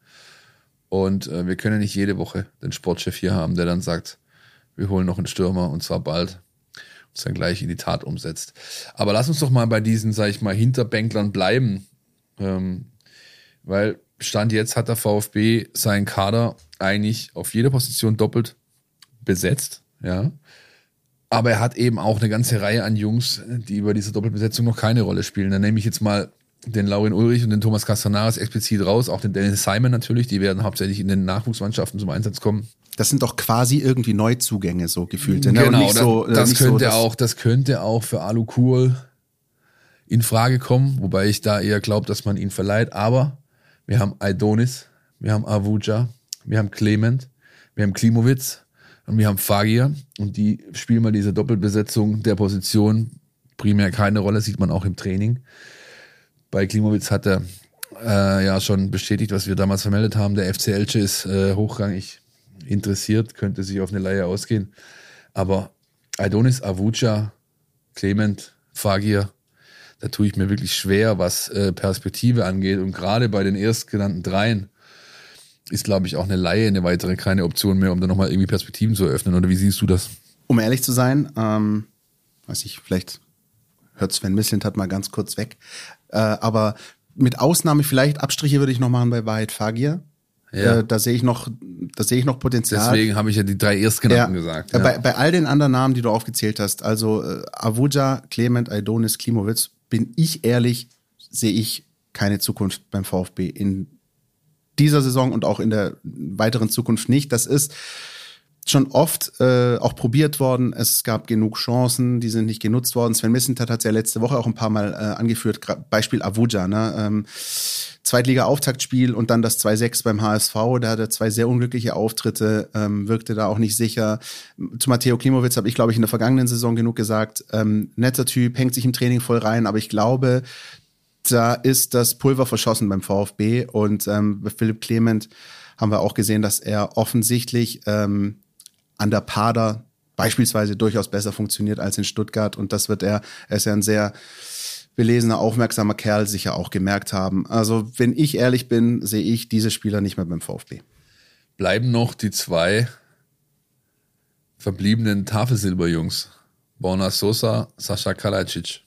Und äh, wir können nicht jede Woche den Sportchef hier haben, der dann sagt, wir holen noch einen Stürmer und zwar bald. Und es dann gleich in die Tat umsetzt. Aber lass uns doch mal bei diesen, sag ich mal, Hinterbänklern bleiben. Ähm, weil Stand jetzt hat der VfB seinen Kader eigentlich auf jeder Position doppelt besetzt. Ja. Aber er hat eben auch eine ganze Reihe an Jungs, die über diese Doppelbesetzung noch keine Rolle spielen. Dann nehme ich jetzt mal den Laurin Ulrich und den Thomas Castanaras explizit raus, auch den Dennis Simon natürlich, die werden hauptsächlich in den Nachwuchsmannschaften zum Einsatz kommen. Das sind doch quasi irgendwie Neuzugänge, so gefühlt. Genau, ne? Und nicht so, das, nicht könnte so, auch, das könnte auch für Alu Kuhl in Frage kommen, wobei ich da eher glaube, dass man ihn verleiht. Aber wir haben Aidonis, wir haben Avuja, wir haben Clement, wir haben Klimowitz und wir haben Fagir und die spielen mal diese Doppelbesetzung der Position primär keine Rolle, sieht man auch im Training. Bei Klimowitz hat er äh, ja schon bestätigt, was wir damals vermeldet haben. Der F C Elche ist äh, hochrangig interessiert, könnte sich auf eine Leihe ausgehen. Aber Aidonis, Avuja, Clement, Fagir, da tue ich mir wirklich schwer, was äh, Perspektive angeht. Und gerade bei den erstgenannten Dreien ist, glaube ich, auch eine Leihe eine weitere keine Option mehr, um da nochmal irgendwie Perspektiven zu eröffnen. Oder wie siehst du das? Um ehrlich zu sein, ähm, weiß ich, vielleicht hört Sven Mislintat mal ganz kurz weg. Äh, aber mit Ausnahme vielleicht Abstriche würde ich noch machen bei Wahid Fagir. Ja. Äh, da sehe ich noch, da sehe ich noch Potenzial. Deswegen habe ich ja die drei Erstgenannten ja. gesagt. Ja. Bei, bei all den anderen Namen, die du aufgezählt hast, also äh, Avuja, Clement, Aidonis, Klimowitz, bin ich ehrlich, sehe ich keine Zukunft beim VfB in dieser Saison und auch in der weiteren Zukunft nicht. Das ist schon oft äh, auch probiert worden. Es gab genug Chancen, die sind nicht genutzt worden. Sven Mislintat hat es ja letzte Woche auch ein paar Mal äh, angeführt. Beispiel Avuja, ne? Ähm, Zweitliga-Auftaktspiel und dann das zwei sechs beim H S V. Da hatte er zwei sehr unglückliche Auftritte, ähm, wirkte da auch nicht sicher. Zu Mateo Klimowitz habe ich, glaube ich, in der vergangenen Saison genug gesagt. Ähm, netter Typ, hängt sich im Training voll rein, aber ich glaube, da ist das Pulver verschossen beim VfB. Und ähm, bei Philipp Clement haben wir auch gesehen, dass er offensichtlich ähm, an der Pader beispielsweise durchaus besser funktioniert als in Stuttgart. Und das wird er, er ist ja ein sehr belesener, aufmerksamer Kerl, sicher auch gemerkt haben. Also wenn ich ehrlich bin, sehe ich diese Spieler nicht mehr beim VfB. Bleiben noch die zwei verbliebenen Tafelsilberjungs. Borna Sosa, Sascha Kalajdzic.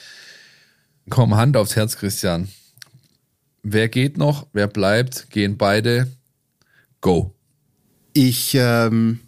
Komm, Hand aufs Herz, Christian. Wer geht noch? Wer bleibt? Gehen beide? Go. Ich ähm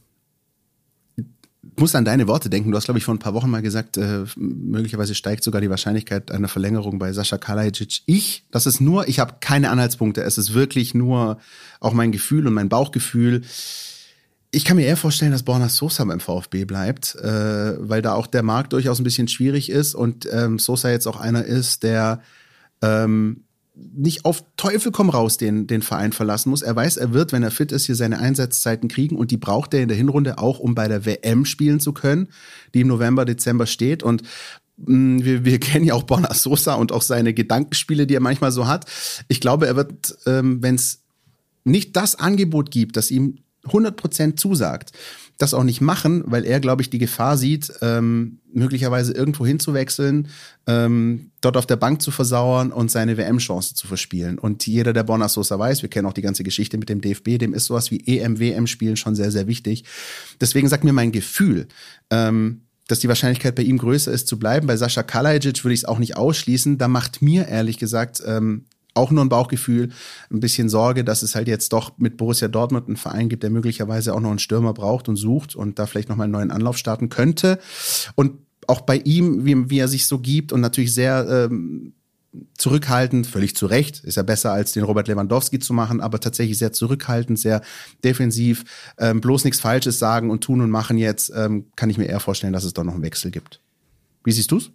Ich muss an deine Worte denken. Du hast, glaube ich, vor ein paar Wochen mal gesagt, äh, möglicherweise steigt sogar die Wahrscheinlichkeit einer Verlängerung bei Sascha Kalajdzic. Ich, das ist nur, ich habe keine Anhaltspunkte. Es ist wirklich nur auch mein Gefühl und mein Bauchgefühl. Ich kann mir eher vorstellen, dass Borna Sosa beim VfB bleibt, äh, weil da auch der Markt durchaus ein bisschen schwierig ist und ähm, Sosa jetzt auch einer ist, der ähm, nicht auf Teufel komm raus den, den Verein verlassen muss. Er weiß, er wird, wenn er fit ist, hier seine Einsatzzeiten kriegen und die braucht er in der Hinrunde auch, um bei der W M spielen zu können, die im November, Dezember steht. Und mh, wir, wir kennen ja auch Borna Sosa und auch seine Gedankenspiele, die er manchmal so hat. Ich glaube, er wird, ähm, wenn es nicht das Angebot gibt, das ihm hundert Prozent zusagt, das auch nicht machen, weil er, glaube ich, die Gefahr sieht, ähm, möglicherweise irgendwo hinzuwechseln, ähm, dort auf der Bank zu versauern und seine W M-Chance zu verspielen. Und jeder, der Borna Sosa weiß, wir kennen auch die ganze Geschichte mit dem D F B, dem ist sowas wie E M, W M-Spielen schon sehr, sehr wichtig. Deswegen sagt mir mein Gefühl, ähm, dass die Wahrscheinlichkeit bei ihm größer ist zu bleiben. Bei Sascha Kalajdzic würde ich es auch nicht ausschließen. Da macht mir, ehrlich gesagt, ähm, auch nur ein Bauchgefühl, ein bisschen Sorge, dass es halt jetzt doch mit Borussia Dortmund einen Verein gibt, der möglicherweise auch noch einen Stürmer braucht und sucht und da vielleicht nochmal einen neuen Anlauf starten könnte. Und auch bei ihm, wie, wie er sich so gibt und natürlich sehr ähm, zurückhaltend, völlig zu Recht, ist ja besser als den Robert Lewandowski zu machen, aber tatsächlich sehr zurückhaltend, sehr defensiv, ähm, bloß nichts Falsches sagen und tun und machen jetzt, ähm, kann ich mir eher vorstellen, dass es doch noch einen Wechsel gibt. Wie siehst du's?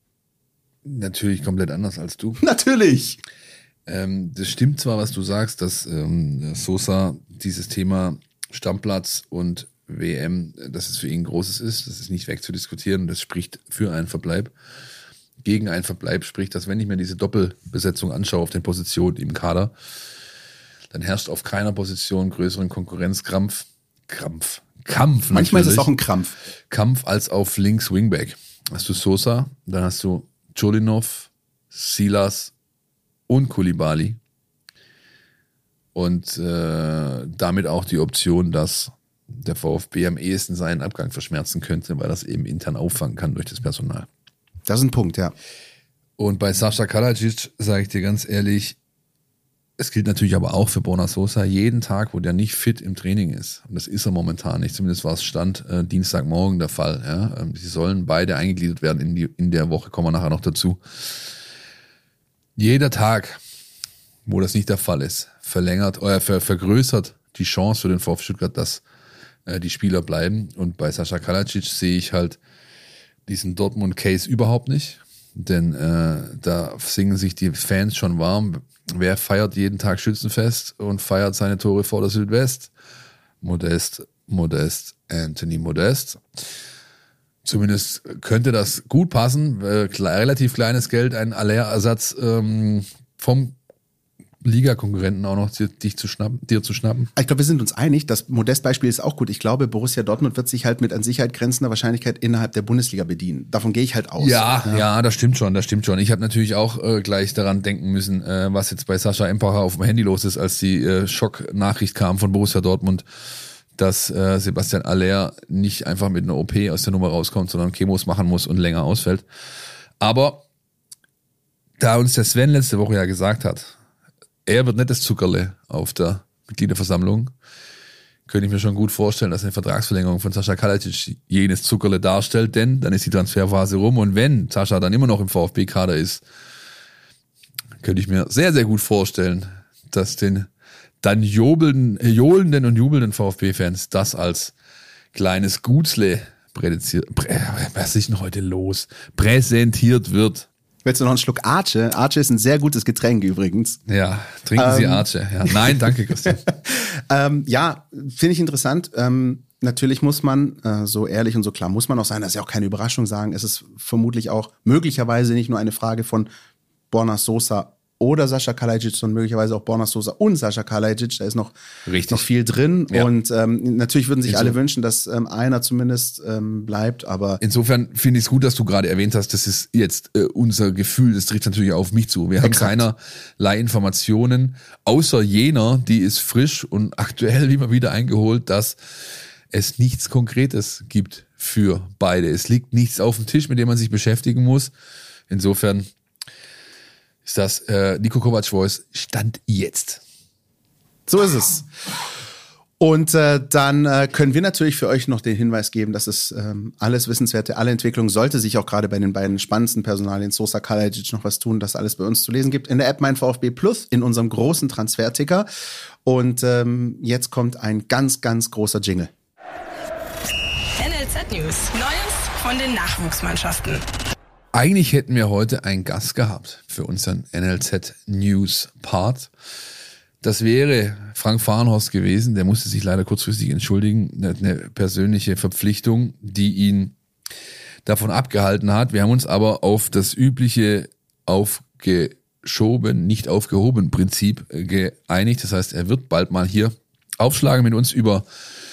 Natürlich komplett anders als du. Natürlich! Ähm, das stimmt zwar, was du sagst, dass ähm, Sosa dieses Thema Stammplatz und W M, dass es für ihn großes ist, das ist nicht wegzudiskutieren, das spricht für einen Verbleib. Gegen einen Verbleib spricht, dass wenn ich mir diese Doppelbesetzung anschaue auf den Positionen im Kader, dann herrscht auf keiner Position größeren Konkurrenzkrampf, Krampf, Kampf Manchmal ist es auch ein Krampf. Kampf als auf links Wingback. Hast du Sosa, dann hast du Cholinov, Silas und Koulibaly. Und äh, damit auch die Option, dass der VfB am ehesten seinen Abgang verschmerzen könnte, weil das eben intern auffangen kann durch das Personal. Das ist ein Punkt, ja. Und bei Sascha Kalajdzic sage ich dir ganz ehrlich, es gilt natürlich aber auch für Borna Sosa, jeden Tag, wo der nicht fit im Training ist, und das ist er momentan nicht, zumindest war es Stand äh, Dienstagmorgen der Fall, ja, ähm, sie sollen beide eingegliedert werden in, die, in der Woche, kommen wir nachher noch dazu. Jeder Tag, wo das nicht der Fall ist, verlängert oder ver, vergrößert die Chance für den VfB Stuttgart, dass äh, die Spieler bleiben. Und bei Sascha Kalajdzic sehe ich halt diesen Dortmund-Case überhaupt nicht, denn äh, da singen sich die Fans schon warm. Wer feiert jeden Tag Schützenfest und feiert seine Tore vor der Südwest? Modest, Modest, Anthony Modest. Zumindest könnte das gut passen. Äh, relativ kleines Geld, ein Aller-Ersatz ähm, vom Liga-Konkurrenten auch noch dir, dich zu schnappen, dir zu schnappen. Ich glaube, wir sind uns einig, das Modest-Beispiel ist auch gut. Ich glaube, Borussia Dortmund wird sich halt mit an Sicherheit grenzender Wahrscheinlichkeit innerhalb der Bundesliga bedienen. Davon gehe ich halt aus. Ja, ja, ja, das stimmt schon, das stimmt schon. Ich habe natürlich auch äh, gleich daran denken müssen, äh, was jetzt bei Sascha Empacher auf dem Handy los ist, als die äh, Schocknachricht kam von Borussia Dortmund, dass äh, Sebastian Aller nicht einfach mit einer O P aus der Nummer rauskommt, sondern Chemos machen muss und länger ausfällt. Aber da uns der Sven letzte Woche ja gesagt hat, er wird nicht das Zuckerle auf der Mitgliederversammlung, könnte ich mir schon gut vorstellen, dass eine Vertragsverlängerung von Sascha Kalajdzic jenes Zuckerle darstellt, denn dann ist die Transferphase rum und wenn Sascha dann immer noch im VfB-Kader ist, könnte ich mir sehr, sehr gut vorstellen, dass den dann jubelnden, johlenden und jubelnden VfB-Fans das als kleines Gutsle präsentiert, prä, was ist denn heute los, präsentiert wird. Willst du noch einen Schluck Arche? Arche ist ein sehr gutes Getränk übrigens. Ja, trinken ähm. Sie Arche. Ja, nein, danke, Christian. ähm, ja, finde ich interessant. Ähm, natürlich muss man, äh, so ehrlich und so klar muss man auch sein, das ist ja auch keine Überraschung sagen, es ist vermutlich auch möglicherweise nicht nur eine Frage von Borna Sosa oder Sascha Kalajdzic, sondern möglicherweise auch Borna Sosa und Sascha Kalajdzic. Da ist noch, noch viel drin. Ja. Und ähm, natürlich würden sich Inso- alle wünschen, dass ähm, einer zumindest ähm, bleibt. Aber insofern finde ich es gut, dass du gerade erwähnt hast, das ist jetzt äh, unser Gefühl, das trifft natürlich auf mich zu. Wir Exakt. haben keinerlei Informationen, außer jener, die ist frisch und aktuell immer wieder eingeholt, dass es nichts Konkretes gibt für beide. Es liegt nichts auf dem Tisch, mit dem man sich beschäftigen muss. Insofern ist das äh, Niko Kovac-Voice Stand jetzt. So ist es. Und äh, dann äh, können wir natürlich für euch noch den Hinweis geben, dass es ähm, alles Wissenswerte, alle Entwicklungen, sollte sich auch gerade bei den beiden spannendsten Personalien Sosa, Kalajdzic noch was tun, dass alles bei uns zu lesen gibt. In der App Mein VfB Plus, in unserem großen Transferticker. Und ähm, jetzt kommt ein ganz, ganz großer Jingle. N L Z News. Neues von den Nachwuchsmannschaften. Eigentlich hätten wir heute einen Gast gehabt für unseren N L Z News Part. Das wäre Frank Fahrenhorst gewesen. Der musste sich leider kurzfristig entschuldigen. Eine persönliche Verpflichtung, die ihn davon abgehalten hat. Wir haben uns aber auf das übliche aufgeschoben, nicht aufgehoben Prinzip geeinigt. Das heißt, er wird bald mal hier aufschlagen, mit uns über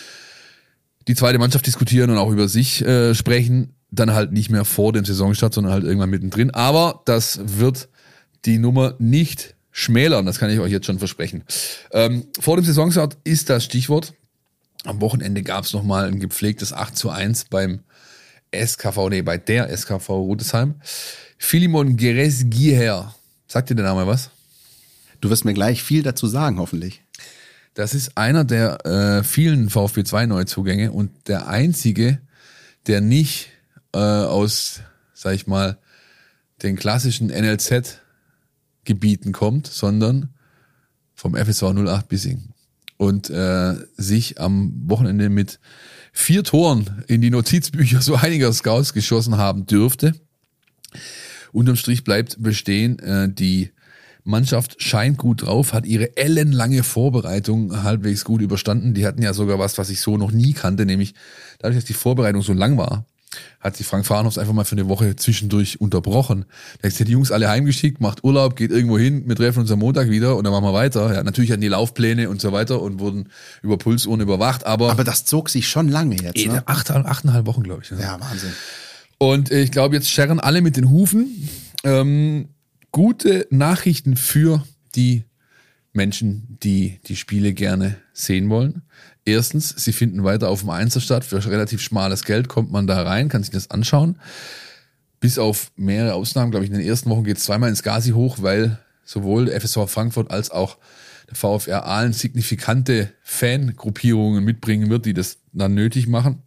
die zweite Mannschaft diskutieren und auch über sich äh, sprechen. Dann halt nicht mehr vor dem Saisonstart, sondern halt irgendwann mittendrin. Aber das wird die Nummer nicht schmälern, das kann ich euch jetzt schon versprechen. Ähm, vor dem Saisonstart ist das Stichwort. Am Wochenende gab es nochmal ein gepflegtes acht zu eins beim S K V, nee, bei der S K V Rudesheim. Philemon Geres-Giher. Sagt dir der Name was? Du wirst mir gleich viel dazu sagen, hoffentlich. Das ist einer der äh, vielen VfB zwei Neuzugänge und der einzige, der nicht äh, aus, sag ich mal, den klassischen N L Z-Gebieten kommt, sondern vom F S V null acht Bissingen. Und äh, sich am Wochenende mit vier Toren in die Notizbücher so einiger Scouts geschossen haben dürfte. Unterm Strich bleibt bestehen, äh, die Mannschaft scheint gut drauf, hat ihre ellenlange Vorbereitung halbwegs gut überstanden. Die hatten ja sogar was, was ich so noch nie kannte, nämlich dadurch, dass die Vorbereitung so lang war, hat sich Frank Fahrenhorst einfach mal für eine Woche zwischendurch unterbrochen. Da hat die Jungs alle heimgeschickt, macht Urlaub, geht irgendwo hin, wir treffen uns am Montag wieder und dann machen wir weiter. Ja, natürlich hatten die Laufpläne und so weiter und wurden über Pulsuhren überwacht, aber... Aber das zog sich schon lange jetzt, ne? Acht, achteinhalb Wochen, glaube ich. Ne? Ja, Wahnsinn. Und ich glaube, jetzt scherren alle mit den Hufen. Ähm, gute Nachrichten für die Menschen, die die Spiele gerne sehen wollen. Erstens, sie finden weiter auf dem Einser statt. Für relativ schmales Geld kommt man da rein, kann sich das anschauen. Bis auf mehrere Ausnahmen, glaube ich, in den ersten Wochen geht es zweimal ins Gazi hoch, weil sowohl der F S V Frankfurt als auch der VfR Aalen signifikante Fangruppierungen mitbringen wird, die das dann nötig machen.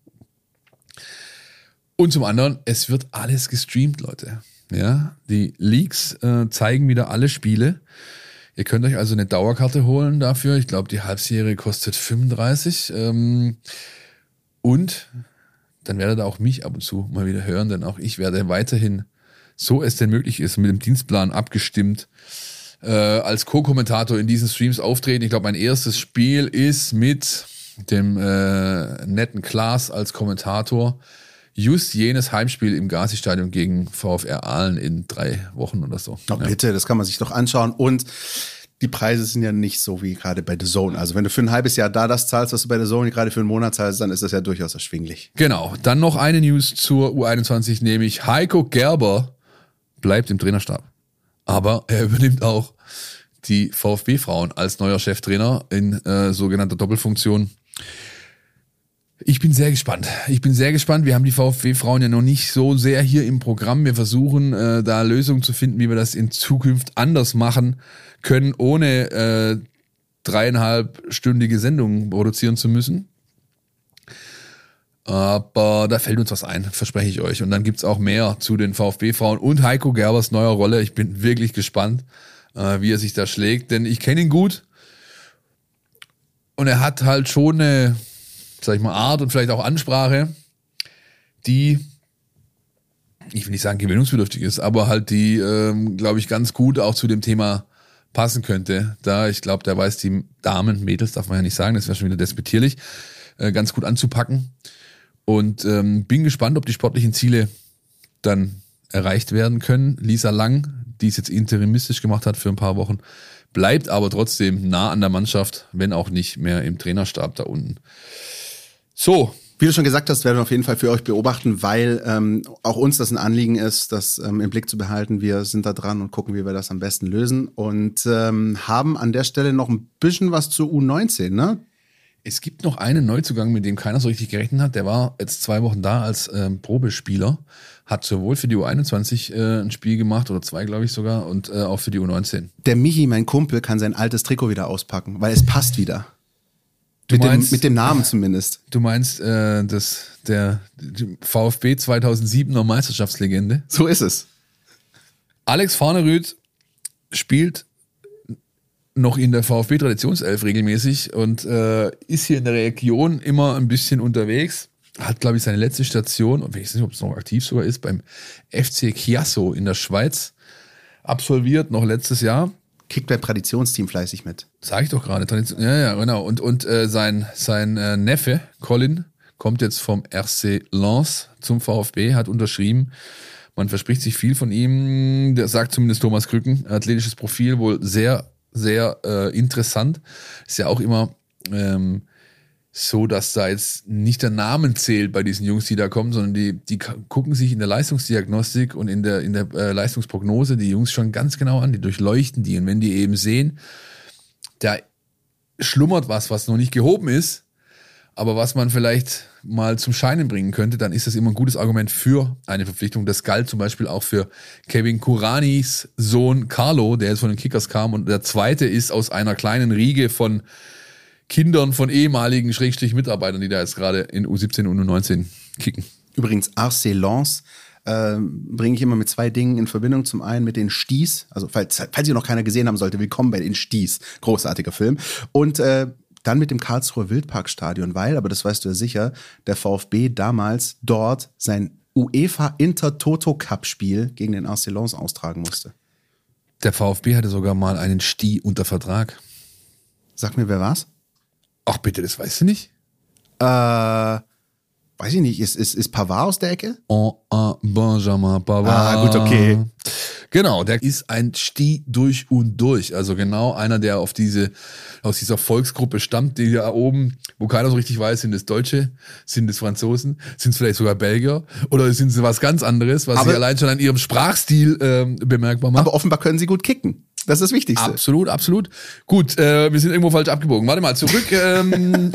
Und zum anderen, es wird alles gestreamt, Leute. Ja, die Leaks äh, zeigen wieder alle Spiele. Ihr könnt euch also eine Dauerkarte holen dafür. Ich glaube, die Halbserie kostet fünfunddreißig. Ähm, und dann werdet ihr auch mich ab und zu mal wieder hören, denn auch ich werde weiterhin, so es denn möglich ist, mit dem Dienstplan abgestimmt, äh, als Co-Kommentator in diesen Streams auftreten. Ich glaube, mein erstes Spiel ist mit dem äh, netten Klaas als Kommentator. Just jenes Heimspiel im Gazi-Stadion gegen VfR Aalen in drei Wochen oder so. Oh, ja. Bitte, das kann man sich doch anschauen. Und die Preise sind ja nicht so wie gerade bei The Zone. Also wenn du für ein halbes Jahr da das zahlst, was du bei The Zone gerade für einen Monat zahlst, dann ist das ja durchaus erschwinglich. Genau. Dann noch eine News zur U einundzwanzig, nämlich Heiko Gerber bleibt im Trainerstab. Aber er übernimmt auch die VfB-Frauen als neuer Cheftrainer in äh, sogenannter Doppelfunktion. Ich bin sehr gespannt. Ich bin sehr gespannt. Wir haben die VfB-Frauen ja noch nicht so sehr hier im Programm. Wir versuchen, äh, da Lösungen zu finden, wie wir das in Zukunft anders machen können, ohne äh, dreieinhalbstündige Sendung produzieren zu müssen. Aber da fällt uns was ein, verspreche ich euch. Und dann gibt's auch mehr zu den VfB-Frauen und Heiko Gerbers neuer Rolle. Ich bin wirklich gespannt, wie er sich da schlägt, denn ich kenne ihn gut. Und er hat halt schon eine, sag ich mal, Art und vielleicht auch Ansprache, die, ich will nicht sagen gewöhnungsbedürftig ist, aber halt die, ähm, glaube ich, ganz gut auch zu dem Thema passen könnte. Da, ich glaube, der weiß die Damen, Mädels darf man ja nicht sagen, das wäre schon wieder despektierlich, äh, ganz gut anzupacken. Und ähm, bin gespannt, ob die sportlichen Ziele dann erreicht werden können. Lisa Lang, die es jetzt interimistisch gemacht hat für ein paar Wochen, bleibt aber trotzdem nah an der Mannschaft, wenn auch nicht mehr im Trainerstab da unten. So. Wie du schon gesagt hast, werden wir auf jeden Fall für euch beobachten, weil ähm, auch uns das ein Anliegen ist, das ähm, im Blick zu behalten. Wir sind da dran und gucken, wie wir das am besten lösen. Und ähm, haben an der Stelle noch ein bisschen was zur U neunzehn, ne? Es gibt noch einen Neuzugang, mit dem keiner so richtig gerechnet hat. Der war jetzt zwei Wochen da als ähm, Probespieler, hat sowohl für die U einundzwanzig äh, ein Spiel gemacht, oder zwei, glaube ich sogar, und äh, auch für die U neunzehn. Der Michi, mein Kumpel, kann sein altes Trikot wieder auspacken, weil es passt wieder. Du mit, meinst, dem, mit dem Namen zumindest. Du meinst, äh, das, der die VfB zweitausendsiebener Meisterschaftslegende? So ist es. Alex Farnerüth spielt noch in der VfB-Traditionself regelmäßig und äh, ist hier in der Region immer ein bisschen unterwegs. Hat, glaube ich, seine letzte Station, und ich weiß nicht, ob es noch aktiv sogar ist, beim F C Chiasso in der Schweiz absolviert, noch letztes Jahr. Kickt beim Traditionsteam fleißig mit. Sag ich doch gerade. Tradition, ja, ja, genau. Und, und äh, sein, sein äh, Neffe, Colin, kommt jetzt vom R C Lens zum VfB, hat unterschrieben. Man verspricht sich viel von ihm. Der sagt zumindest Thomas Krücken. Athletisches Profil, wohl sehr sehr äh, interessant. Ist ja auch immer ähm, so, dass da jetzt nicht der Name zählt bei diesen Jungs, die da kommen, sondern die, die gucken sich in der Leistungsdiagnostik und in der, in der äh, Leistungsprognose die Jungs schon ganz genau an, die durchleuchten die. Und wenn die eben sehen, da schlummert was, was noch nicht gehoben ist, aber was man vielleicht mal zum Scheinen bringen könnte, dann ist das immer ein gutes Argument für eine Verpflichtung. Das galt zum Beispiel auch für Kevin Kuranis Sohn Carlo, der jetzt von den Kickers kam, und der zweite ist aus einer kleinen Riege von Kindern von ehemaligen Schrägstrich Mitarbeitern, die da jetzt gerade in U siebzehn und U neunzehn kicken. Übrigens, R C Lens äh, bringe ich immer mit zwei Dingen in Verbindung. Zum einen mit den Sties, also falls, falls ihr noch keiner gesehen haben sollte, willkommen bei den Sties. Großartiger Film. Und äh, dann mit dem Karlsruher Wildparkstadion, weil, aber das weißt du ja sicher, der VfB damals dort sein UEFA Inter-Toto-Cup-Spiel gegen den R C Lens austragen musste. Der VfB hatte sogar mal einen Sti unter Vertrag. Sag mir, wer war's? Ach bitte, das weißt du nicht? Äh, weiß ich nicht. Ist, ist, ist Pavard aus der Ecke? Oh, ah, Benjamin Pavard. Ah, gut, okay. Genau, der ist ein Sti durch und durch. Also genau einer, der auf diese, aus dieser Volksgruppe stammt, die da oben, wo keiner so richtig weiß, sind es Deutsche, sind es Franzosen, sind es vielleicht sogar Belgier oder sind sie was ganz anderes, was aber, sie allein schon an ihrem Sprachstil ähm, bemerkbar macht. Aber offenbar können sie gut kicken. Das ist das Wichtigste. Absolut, absolut. Gut, äh, wir sind irgendwo falsch abgebogen. Warte mal, zurück ähm,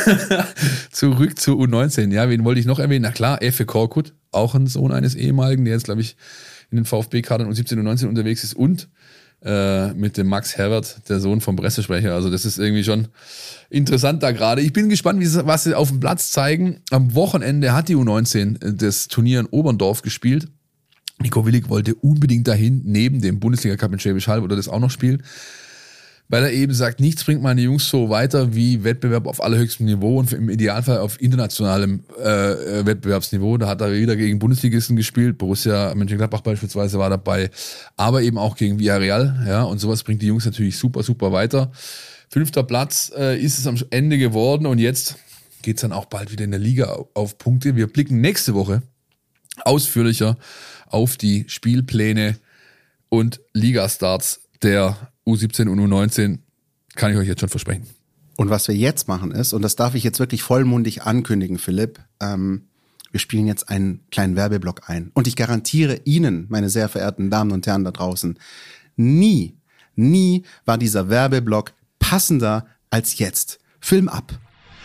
zurück zu U neunzehn. Ja, wen wollte ich noch erwähnen? Na klar, Efe Korkut, auch ein Sohn eines ehemaligen, der jetzt, glaube ich, in den VfB-Kadern U siebzehn und U neunzehn unterwegs ist, und äh, mit dem Max Herbert, der Sohn vom Pressesprecher. Also das ist irgendwie schon interessant da gerade. Ich bin gespannt, wie sie, was sie auf dem Platz zeigen. Am Wochenende hat die U neunzehn das Turnier in Oberndorf gespielt. Nico Willig wollte unbedingt dahin, neben dem Bundesliga-Cup in Schwäbisch Hall, oder das auch noch spielen, weil er eben sagt, nichts bringt meine Jungs so weiter wie Wettbewerb auf allerhöchstem Niveau und im Idealfall auf internationalem äh, Wettbewerbsniveau. Da hat er wieder gegen Bundesligisten gespielt, Borussia Mönchengladbach beispielsweise war dabei, aber eben auch gegen Villarreal, ja, und sowas bringt die Jungs natürlich super, super weiter. Fünfter Platz äh, ist es am Ende geworden, und jetzt geht's dann auch bald wieder in der Liga auf Punkte. Wir blicken nächste Woche ausführlicher auf die Spielpläne und Ligastarts der U siebzehn und U neunzehn, kann ich euch jetzt schon versprechen. Und was wir jetzt machen ist, und das darf ich jetzt wirklich vollmundig ankündigen, Philipp, ähm, wir spielen jetzt einen kleinen Werbeblock ein. Und ich garantiere Ihnen, meine sehr verehrten Damen und Herren da draußen, nie, nie war dieser Werbeblock passender als jetzt. Film ab.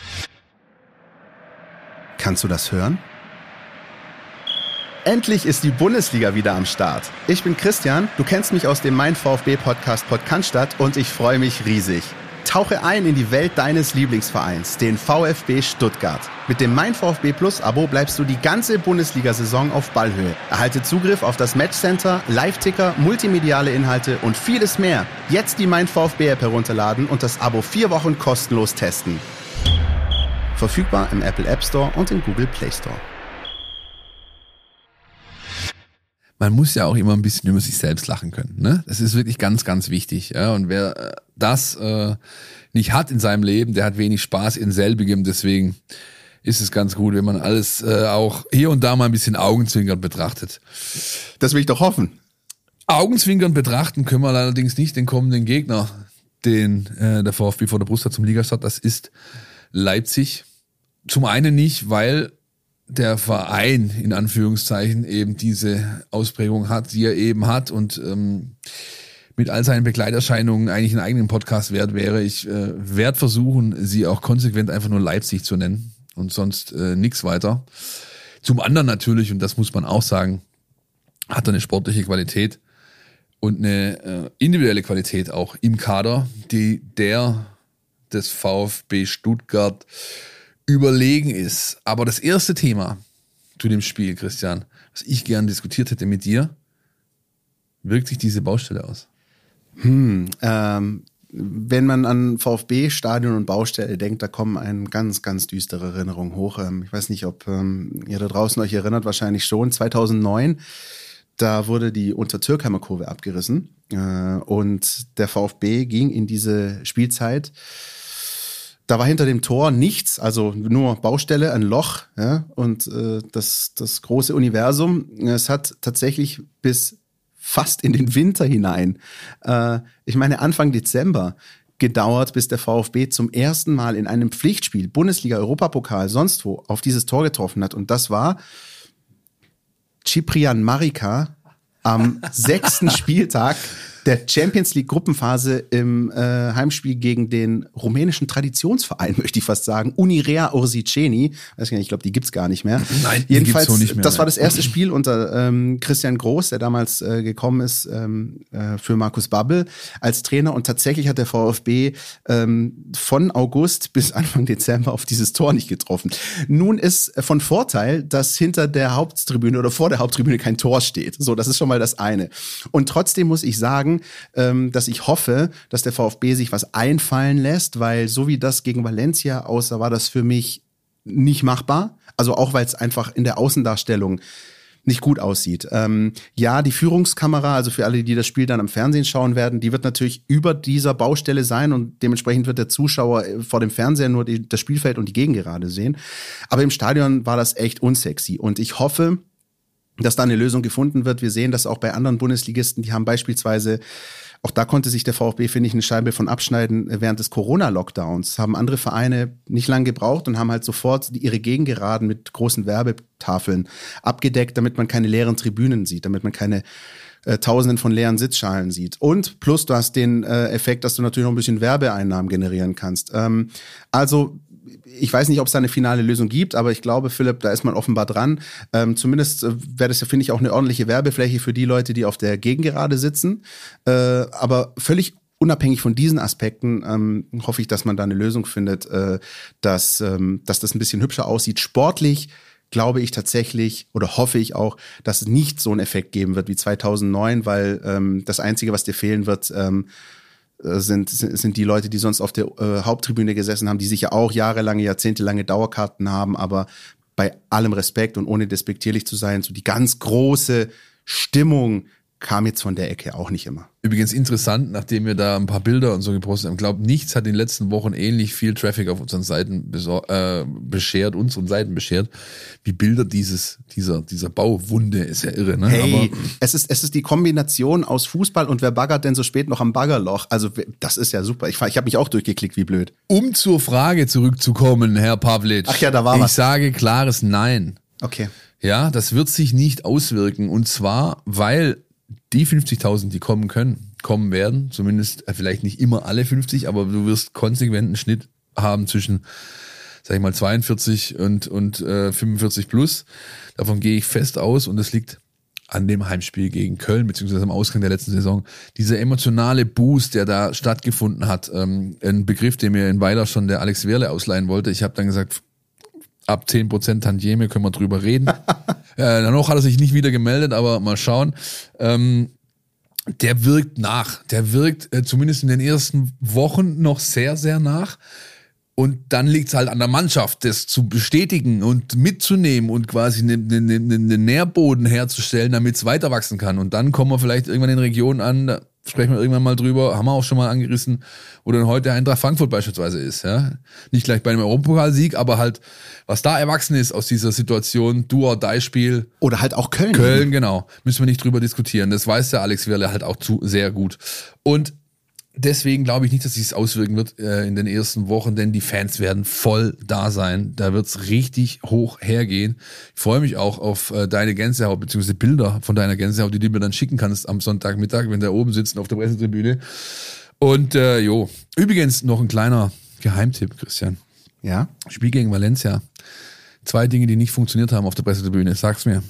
Kannst du das hören? Endlich ist die Bundesliga wieder am Start. Ich bin Christian, du kennst mich aus dem Mein VfB Podcast Podcast und ich freue mich riesig. Tauche ein in die Welt deines Lieblingsvereins, den VfB Stuttgart. Mit dem Mein VfB Plus Abo bleibst du die ganze Bundesliga-Saison auf Ballhöhe. Erhalte Zugriff auf das Matchcenter, Live-Ticker, multimediale Inhalte und vieles mehr. Jetzt die Mein VfB App herunterladen und das Abo vier Wochen kostenlos testen. Verfügbar im Apple App Store und im Google Play Store. Man muss ja auch immer ein bisschen über sich selbst lachen können. Ne? Das ist wirklich ganz, ganz wichtig. Ja? Und wer das äh, nicht hat in seinem Leben, der hat wenig Spaß in selbigem. Deswegen ist es ganz gut, wenn man alles äh, auch hier und da mal ein bisschen augenzwinkernd betrachtet. Das will ich doch hoffen. Augenzwinkernd betrachten können wir allerdings nicht den kommenden Gegner, den äh, der VfB vor der Brust hat zum Ligastart. Das ist Leipzig. Zum einen nicht, weil der Verein in Anführungszeichen eben diese Ausprägung hat, die er eben hat und ähm, mit all seinen Begleiterscheinungen eigentlich einen eigenen Podcast wert wäre. Ich äh, werde versuchen, sie auch konsequent einfach nur Leipzig zu nennen und sonst äh, nichts weiter. Zum anderen natürlich, und das muss man auch sagen, hat er eine sportliche Qualität und eine äh, individuelle Qualität auch im Kader, die der des VfB Stuttgart überlegen ist. Aber das erste Thema zu dem Spiel, Christian, was ich gerne diskutiert hätte mit dir, wirkt sich diese Baustelle aus? Hm, ähm, wenn man an VfB-Stadion und Baustelle denkt, da kommen eine ganz, ganz düstere Erinnerungen hoch. Ähm, ich weiß nicht, ob ähm, ihr da draußen euch erinnert, wahrscheinlich schon. zweitausendneun, da wurde die Untertürkheimer Kurve abgerissen äh, und der VfB ging in diese Spielzeit. Da war hinter dem Tor nichts, also nur Baustelle, ein Loch, ja, und äh, das, das große Universum. Es hat tatsächlich bis fast in den Winter hinein, äh, ich meine Anfang Dezember, gedauert, bis der VfB zum ersten Mal in einem Pflichtspiel, Bundesliga, Europapokal, sonst wo, auf dieses Tor getroffen hat. Und das war Ciprian Marica am sechsten Spieltag der Champions League Gruppenphase im äh, Heimspiel gegen den rumänischen Traditionsverein, möchte ich fast sagen, Unirea Ursiceni. Weiß ich nicht, ich glaube, die gibt's gar nicht mehr. Nein, jedenfalls, die gibt's so nicht mehr. Das war das erste Spiel unter ähm, Christian Groß, der damals äh, gekommen ist ähm, äh, für Markus Babbel als Trainer. Und tatsächlich hat der VfB ähm, von August bis Anfang Dezember auf dieses Tor nicht getroffen. Nun ist von Vorteil, dass hinter der Haupttribüne oder vor der Haupttribüne kein Tor steht. So, das ist schon mal das eine. Und trotzdem muss ich sagen, dass ich hoffe, dass der VfB sich was einfallen lässt, weil so wie das gegen Valencia aussah, war das für mich nicht machbar. Also auch, weil es einfach in der Außendarstellung nicht gut aussieht. Ähm, ja, die Führungskamera, also für alle, die das Spiel dann am Fernsehen schauen werden, die wird natürlich über dieser Baustelle sein und dementsprechend wird der Zuschauer vor dem Fernseher nur die, das Spielfeld und die Gegengerade sehen. Aber im Stadion war das echt unsexy und ich hoffe, dass da eine Lösung gefunden wird. Wir sehen das auch bei anderen Bundesligisten, die haben beispielsweise, auch da konnte sich der VfB, finde ich, eine Scheibe von abschneiden während des Corona-Lockdowns, haben andere Vereine nicht lange gebraucht und haben halt sofort ihre Gegengeraden mit großen Werbetafeln abgedeckt, damit man keine leeren Tribünen sieht, damit man keine äh, Tausenden von leeren Sitzschalen sieht. Und plus du hast den äh, Effekt, dass du natürlich noch ein bisschen Werbeeinnahmen generieren kannst. Ähm, also ich weiß nicht, ob es da eine finale Lösung gibt, aber ich glaube, Philipp, da ist man offenbar dran. Ähm, zumindest äh, wäre das ja, finde ich, auch eine ordentliche Werbefläche für die Leute, die auf der Gegengerade sitzen. Äh, aber völlig unabhängig von diesen Aspekten ähm, hoffe ich, dass man da eine Lösung findet, äh, dass, ähm, dass das ein bisschen hübscher aussieht. Sportlich glaube ich tatsächlich oder hoffe ich auch, dass es nicht so einen Effekt geben wird wie zweitausendneun, weil ähm, das Einzige, was dir fehlen wird, ähm, Sind, sind die Leute, die sonst auf der äh, Haupttribüne gesessen haben, die sicher auch jahrelange, jahrzehntelange Dauerkarten haben, aber bei allem Respekt und ohne despektierlich zu sein, so die ganz große Stimmung kam jetzt von der Ecke auch nicht immer. Übrigens interessant, nachdem wir da ein paar Bilder und so gepostet haben, glaube nichts hat in den letzten Wochen ähnlich viel Traffic auf unseren Seiten besor- äh, beschert, unseren Seiten beschert, wie Bilder dieses, dieser, dieser Bauwunde. Ist ja irre, ne? Hey, Aber es ist, es ist die Kombination aus Fußball und wer baggert denn so spät noch am Baggerloch? Also, das ist ja super. Ich, ich habe mich auch durchgeklickt, wie blöd. um zur Frage zurückzukommen, Herr Pavlic. Ach ja, da war ich was. Ich sage klares Nein. Okay. Ja, das wird sich nicht auswirken. Und zwar, weil die fünfzigtausend, die kommen können, kommen werden, zumindest vielleicht nicht immer alle fünfzig, aber du wirst konsequent einen Schnitt haben zwischen, sag ich mal, zweiundvierzig und, und äh, fünfundvierzig plus. Davon gehe ich fest aus und das liegt an dem Heimspiel gegen Köln, beziehungsweise am Ausgang der letzten Saison. Dieser emotionale Boost, der da stattgefunden hat, ähm, ein Begriff, den mir in Weiler schon der Alex Wehrle ausleihen wollte. Ich habe dann gesagt, ab zehn Prozent Tantieme können wir drüber reden. äh, danach hat er sich nicht wieder gemeldet, aber mal schauen. Ähm, der wirkt nach. Der wirkt äh, zumindest in den ersten Wochen noch sehr, sehr nach. Und dann liegt es halt an der Mannschaft, das zu bestätigen und mitzunehmen und quasi einen ne, ne, ne Nährboden herzustellen, damit es weiter wachsen kann. Und dann kommen wir vielleicht irgendwann in Regionen an, da sprechen wir irgendwann mal drüber, haben wir auch schon mal angerissen, wo dann heute Eintracht Frankfurt beispielsweise ist. Ja? Nicht gleich bei einem Europapokalsieg, aber halt, was da erwachsen ist aus dieser Situation, Do-or-Die-Spiel. Oder halt auch Köln. Köln, genau. Müssen wir nicht drüber diskutieren. Das weiß der Alex Wehrle halt auch zu sehr gut. Und deswegen glaube ich nicht, dass sich es auswirken wird äh, in den ersten Wochen, denn die Fans werden voll da sein. Da wird es richtig hoch hergehen. Ich freue mich auch auf äh, deine Gänsehaut, beziehungsweise Bilder von deiner Gänsehaut, die du mir dann schicken kannst am Sonntagmittag, wenn wir oben sitzen auf der Pressetribüne. Und äh, jo, übrigens noch ein kleiner Geheimtipp, Christian. Ja? Spiel gegen Valencia. Zwei Dinge, die nicht funktioniert haben auf der Pressetribüne. Sag's mir.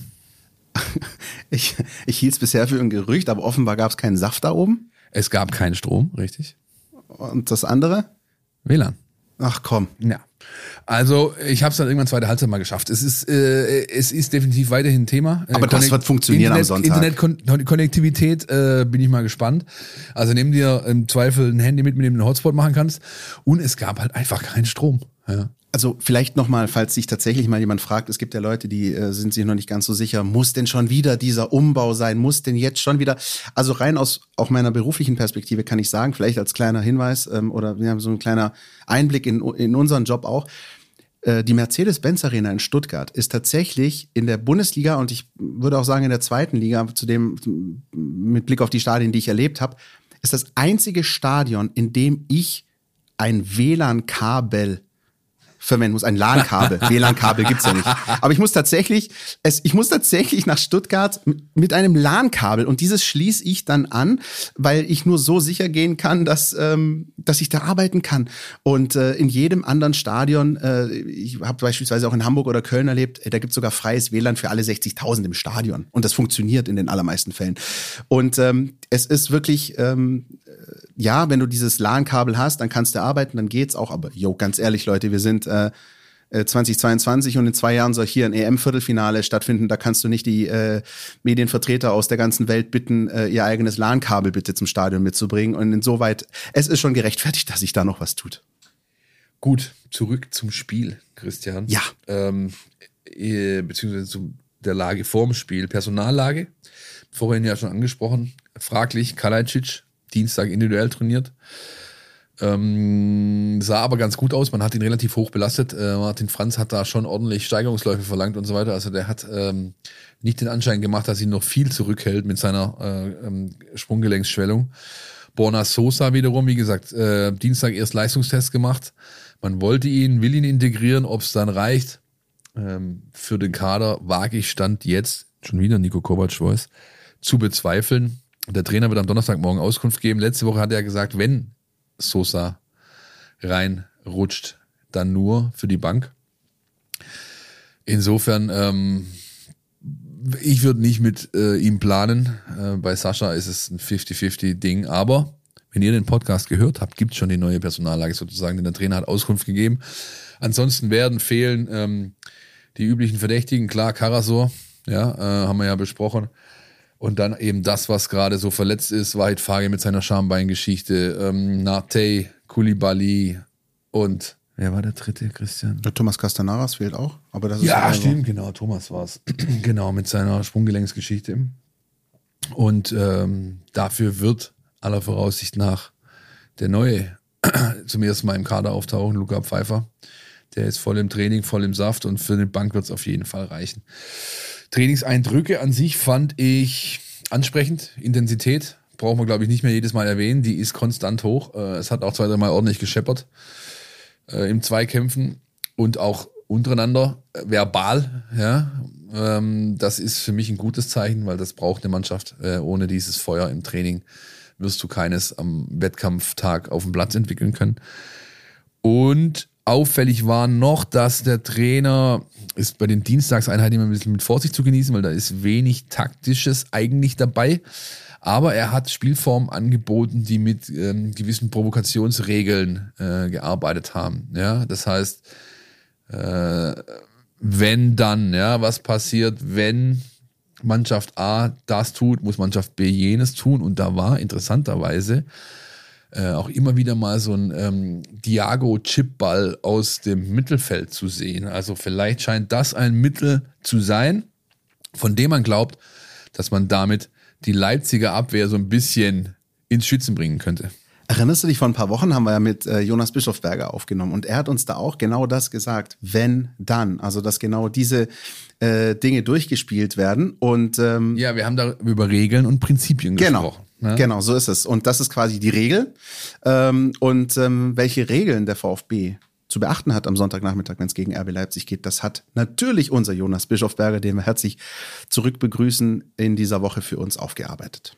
Ich, ich hielt es bisher für ein Gerücht, aber offenbar gab es keinen Saft da oben. Es gab keinen Strom, richtig? Und das andere? W L A N. Ach komm. Ja. Also ich habe es dann irgendwann zweite Halbzeit mal geschafft. Es ist, äh, es ist definitiv weiterhin ein Thema. Aber das Connect- wird funktionieren Internet, am Sonntag. Internetkonnektivität, äh, bin ich mal gespannt. Also nimm dir im Zweifel ein Handy mit, mit dem du einen Hotspot machen kannst. Und es gab halt einfach keinen Strom. Ja. Also vielleicht nochmal, falls sich tatsächlich mal jemand fragt, es gibt ja Leute, die äh, sind sich noch nicht ganz so sicher, muss denn schon wieder dieser Umbau sein, muss denn jetzt schon wieder, also rein aus auch meiner beruflichen Perspektive kann ich sagen, vielleicht als kleiner Hinweis ähm, oder wir haben so ein kleiner Einblick in, in unseren Job auch, äh, die Mercedes-Benz Arena in Stuttgart ist tatsächlich in der Bundesliga und ich würde auch sagen in der zweiten Liga, zudem mit Blick auf die Stadien, die ich erlebt habe, ist das einzige Stadion, in dem ich ein W L A N-Kabel verwenden muss, ein LAN-Kabel. W L A N-Kabel gibt's ja nicht. Aber ich muss tatsächlich, es, ich muss tatsächlich nach Stuttgart mit einem LAN-Kabel und dieses schließe ich dann an, weil ich nur so sicher gehen kann, dass ähm, dass ich da arbeiten kann. Und äh, in jedem anderen Stadion, äh, ich habe beispielsweise auch in Hamburg oder Köln erlebt, äh, da gibt's sogar freies W L A N für alle sechzigtausend im Stadion und das funktioniert in den allermeisten Fällen. Und ähm, es ist wirklich ähm, ja, wenn du dieses LAN-Kabel hast, dann kannst du arbeiten, dann geht's auch. Aber jo, ganz ehrlich, Leute, wir sind äh, zwanzig zweiundzwanzig und in zwei Jahren soll hier ein E M-Viertelfinale stattfinden. Da kannst du nicht die äh, Medienvertreter aus der ganzen Welt bitten, äh, ihr eigenes LAN-Kabel bitte zum Stadion mitzubringen. Und insoweit, es ist schon gerechtfertigt, dass sich da noch was tut. Gut, zurück zum Spiel, Christian. Ja. Ähm, äh, beziehungsweise zu der Lage vorm Spiel. Personallage, vorhin ja schon angesprochen, fraglich, Kalajdzic, Dienstag individuell trainiert. Ähm, sah aber ganz gut aus, man hat ihn relativ hoch belastet. Äh, Martin Franz hat da schon ordentlich Steigerungsläufe verlangt und so weiter. Also der hat ähm, nicht den Anschein gemacht, dass ihn noch viel zurückhält mit seiner äh, ähm, Sprunggelenksschwellung. Borna Sosa wiederum, wie gesagt, äh, Dienstag erst Leistungstest gemacht. Man wollte ihn, will ihn integrieren, ob es dann reicht. Ähm, für den Kader wage ich Stand jetzt, schon wieder Nico Kovac-Voice, zu bezweifeln. Der Trainer wird am Donnerstagmorgen Auskunft geben. Letzte Woche hat er gesagt, wenn Sosa reinrutscht, dann nur für die Bank. Insofern, ähm, ich würde nicht mit äh, ihm planen. Äh, bei Sascha ist es ein fünfzig fünfzig Ding. Aber wenn ihr den Podcast gehört habt, gibt es schon die neue Personallage sozusagen, denn der Trainer hat Auskunft gegeben. Ansonsten werden fehlen ähm, die üblichen Verdächtigen. Klar, Karasor, ja, äh, haben wir ja besprochen. Und dann eben das, was gerade so verletzt ist, Wahid Fagih mit seiner Schambeingeschichte, ähm, Nate, Koulibaly und wer war der dritte, Christian? Der Thomas Castanaras fehlt auch, aber das ist ja, so. stimmt, genau, Thomas war es. Genau, mit seiner Sprunggelenksgeschichte. Und ähm, dafür wird aller Voraussicht nach der Neue zum ersten Mal im Kader auftauchen, Luca Pfeiffer. Der ist voll im Training, voll im Saft und für den Bank wird es auf jeden Fall reichen. Trainingseindrücke an sich fand ich ansprechend. Intensität brauchen wir, glaube ich, nicht mehr jedes Mal erwähnen. Die ist konstant hoch. Es hat auch zwei, drei Mal ordentlich gescheppert äh, im Zweikämpfen und auch untereinander äh, verbal. Ja, ähm, das ist für mich ein gutes Zeichen, weil das braucht eine Mannschaft. Äh, ohne dieses Feuer im Training wirst du keines am Wettkampftag auf dem Platz entwickeln können. Und auffällig war noch, dass der Trainer, ist bei den Dienstagseinheiten immer ein bisschen mit Vorsicht zu genießen, weil da ist wenig Taktisches eigentlich dabei. Aber er hat Spielformen angeboten, die mit ähm, gewissen Provokationsregeln äh, gearbeitet haben. Ja, das heißt, äh, wenn dann, ja, was passiert, wenn Mannschaft A das tut, muss Mannschaft B jenes tun. Und da war interessanterweise äh, auch immer wieder mal so ein ähm, Diago-Chipball aus dem Mittelfeld zu sehen. Also vielleicht scheint das ein Mittel zu sein, von dem man glaubt, dass man damit die Leipziger Abwehr so ein bisschen ins Schützen bringen könnte. Erinnerst du dich, vor ein paar Wochen haben wir ja mit äh, Jonas Bischofberger aufgenommen und er hat uns da auch genau das gesagt, wenn, dann. Also, dass genau diese äh, Dinge durchgespielt werden und ähm, ja, wir haben da über Regeln und Prinzipien genau, gesprochen. Ne? Genau, so ist es. Und das ist quasi die Regel. Ähm, und ähm, welche Regeln der VfB zu beachten hat am Sonntagnachmittag, wenn es gegen R B Leipzig geht, das hat natürlich unser Jonas Bischofberger, den wir herzlich zurück begrüßen, in dieser Woche für uns aufgearbeitet.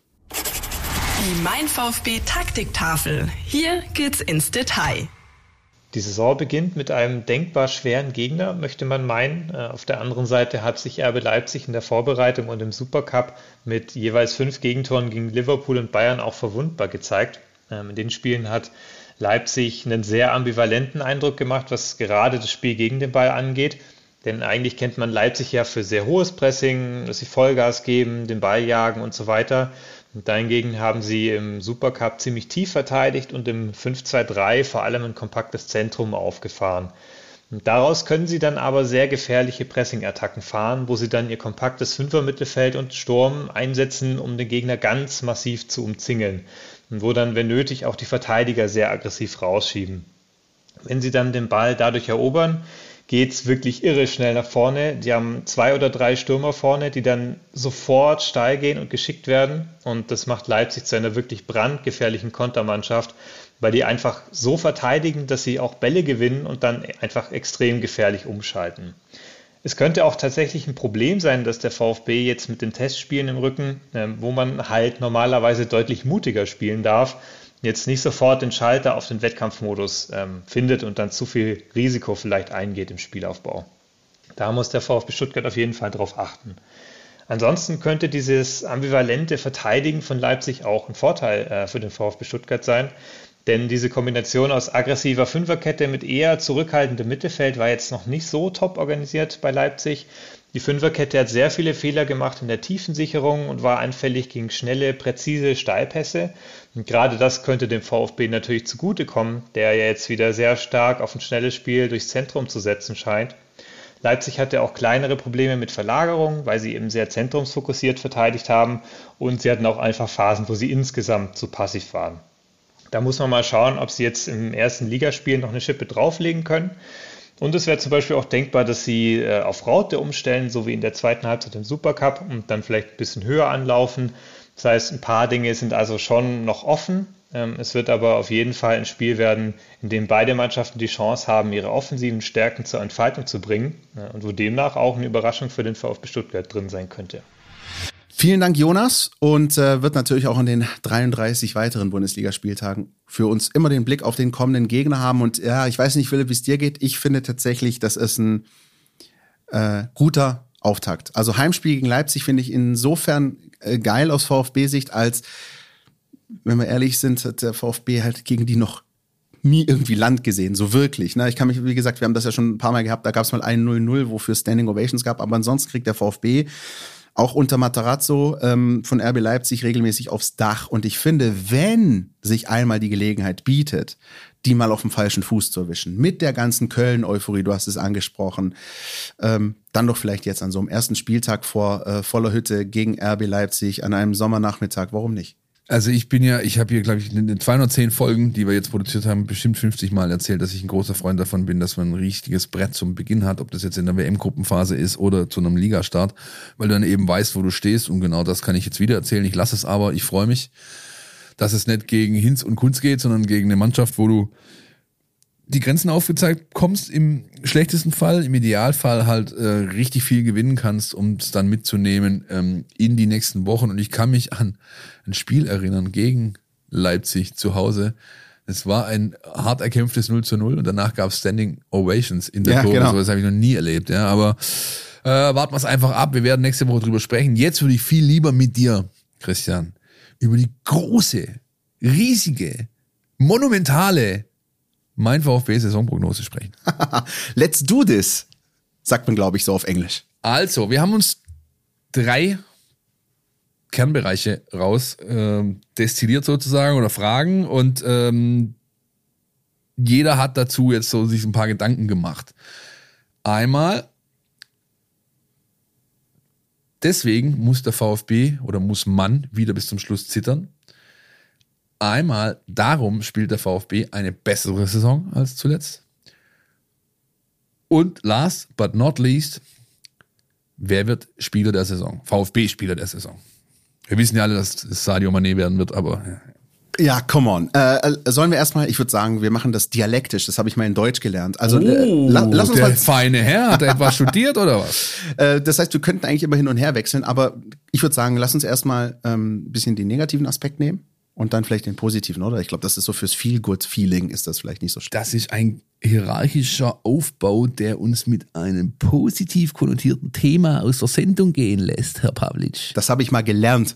Die Mein VfB Taktiktafel. Hier geht's ins Detail. Die Saison beginnt mit einem denkbar schweren Gegner, möchte man meinen. Auf der anderen Seite hat sich R B Leipzig in der Vorbereitung und im Supercup mit jeweils fünf Gegentoren gegen Liverpool und Bayern auch verwundbar gezeigt. In den Spielen hat Leipzig einen sehr ambivalenten Eindruck gemacht, was gerade das Spiel gegen den Ball angeht. Denn eigentlich kennt man Leipzig ja für sehr hohes Pressing, dass sie Vollgas geben, den Ball jagen und so weiter. Und dahingegen haben sie im Supercup ziemlich tief verteidigt und im fünf zwei drei vor allem ein kompaktes Zentrum aufgefahren. Und daraus können sie dann aber sehr gefährliche Pressing-Attacken fahren, wo sie dann ihr kompaktes Fünfer-Mittelfeld und Sturm einsetzen, um den Gegner ganz massiv zu umzingeln. Und wo dann, wenn nötig, auch die Verteidiger sehr aggressiv rausschieben. Wenn sie dann den Ball dadurch erobern, geht's wirklich irre schnell nach vorne. Die haben zwei oder drei Stürmer vorne, die dann sofort steil gehen und geschickt werden. Und das macht Leipzig zu einer wirklich brandgefährlichen Kontermannschaft, weil die einfach so verteidigen, dass sie auch Bälle gewinnen und dann einfach extrem gefährlich umschalten. Es könnte auch tatsächlich ein Problem sein, dass der VfB jetzt mit den Testspielen im Rücken, wo man halt normalerweise deutlich mutiger spielen darf, jetzt nicht sofort den Schalter auf den Wettkampfmodus ähm, findet und dann zu viel Risiko vielleicht eingeht im Spielaufbau. Da muss der VfB Stuttgart auf jeden Fall drauf achten. Ansonsten könnte dieses ambivalente Verteidigen von Leipzig auch ein Vorteil äh, für den VfB Stuttgart sein, denn diese Kombination aus aggressiver Fünferkette mit eher zurückhaltendem Mittelfeld war jetzt noch nicht so top organisiert bei Leipzig. Die Fünferkette hat sehr viele Fehler gemacht in der Tiefensicherung und war anfällig gegen schnelle, präzise Steilpässe. Und gerade das könnte dem VfB natürlich zugutekommen, der ja jetzt wieder sehr stark auf ein schnelles Spiel durchs Zentrum zu setzen scheint. Leipzig hatte auch kleinere Probleme mit Verlagerung, weil sie eben sehr zentrumsfokussiert verteidigt haben und sie hatten auch einfach Phasen, wo sie insgesamt zu passiv waren. Da muss man mal schauen, ob sie jetzt im ersten Ligaspiel noch eine Schippe drauflegen können. Und es wäre zum Beispiel auch denkbar, dass sie äh, auf Raute umstellen, so wie in der zweiten Halbzeit im Supercup und dann vielleicht ein bisschen höher anlaufen. Das heißt, ein paar Dinge sind also schon noch offen. Ähm, es wird aber auf jeden Fall ein Spiel werden, in dem beide Mannschaften die Chance haben, ihre offensiven Stärken zur Entfaltung zu bringen ja, und wo demnach auch eine Überraschung für den VfB Stuttgart drin sein könnte. Vielen Dank, Jonas, und äh, wird natürlich auch an den dreiunddreißig weiteren Bundesligaspieltagen für uns immer den Blick auf den kommenden Gegner haben. Und ja, ich weiß nicht, Philipp, wie es dir geht. Ich finde tatsächlich, das ist ein äh, guter Auftakt. Also Heimspiel gegen Leipzig finde ich insofern äh, geil aus VfB-Sicht, als, wenn wir ehrlich sind, hat der VfB halt gegen die noch nie irgendwie Land gesehen, so wirklich. Ne? Ich kann mich, wie gesagt, wir haben das ja schon ein paar Mal gehabt, da gab es mal ein null null, wofür Standing Ovations gab, aber ansonsten kriegt der VfB auch unter Matarazzo ähm, von R B Leipzig regelmäßig aufs Dach. Und ich finde, wenn sich einmal die Gelegenheit bietet, die mal auf dem falschen Fuß zu erwischen, mit der ganzen Köln-Euphorie, du hast es angesprochen, ähm, dann doch vielleicht jetzt an so einem ersten Spieltag vor äh, voller Hütte gegen R B Leipzig an einem Sommernachmittag, warum nicht? Also ich bin ja, ich habe hier, glaube ich, in den zweihundertzehn Folgen, die wir jetzt produziert haben, bestimmt fünfzig Mal erzählt, dass ich ein großer Freund davon bin, dass man ein richtiges Brett zum Beginn hat, ob das jetzt in der W M-Gruppenphase ist oder zu einem Ligastart, weil du dann eben weißt, wo du stehst, und genau das kann ich jetzt wieder erzählen. Ich lasse es aber, ich freue mich, dass es nicht gegen Hinz und Kunz geht, sondern gegen eine Mannschaft, wo du die Grenzen aufgezeigt kommst, im schlechtesten Fall, im Idealfall halt äh, richtig viel gewinnen kannst, um es dann mitzunehmen ähm, in die nächsten Wochen. Und ich kann mich an ein Spiel erinnern gegen Leipzig zu Hause. Es war ein hart erkämpftes null zu null und danach gab es Standing Ovations in der Ja, Kurve. genau. So, das habe ich noch nie erlebt. Ja, aber äh, warten wir es einfach ab. Wir werden nächste Woche drüber sprechen. Jetzt würde ich viel lieber mit dir, Christian, über die große, riesige, monumentale Mein VfB-Saisonprognose sprechen. Let's do this, sagt man, glaube ich, so auf Englisch. Also, wir haben uns drei Kernbereiche raus ähm, destilliert sozusagen oder Fragen und ähm, jeder hat dazu jetzt so sich ein paar Gedanken gemacht. Einmal, deswegen muss der VfB oder muss man wieder bis zum Schluss zittern. Einmal, darum spielt der VfB eine bessere Saison als zuletzt. Und last but not least, wer wird Spieler der Saison? VfB-Spieler der Saison. Wir wissen ja alle, dass es Sadio Mané werden wird, aber... Ja. Ja, come on. Äh, sollen wir erstmal, ich würde sagen, wir machen das dialektisch. Das habe ich mal in Deutsch gelernt. Also Oh, äh, la, lass uns der mal. feine Herr, hat er etwas studiert oder was? Äh, das heißt, wir könnten eigentlich immer hin und her wechseln, aber ich würde sagen, lass uns erstmal ähm, ein bisschen den negativen Aspekt nehmen und dann vielleicht den positiven, oder? Ich glaube, das ist so fürs Feel-Good-Feeling ist das vielleicht nicht so schlecht. Das ist ein hierarchischer Aufbau, der uns mit einem positiv konnotierten Thema aus der Sendung gehen lässt, Herr Pavlic. Das habe ich mal gelernt.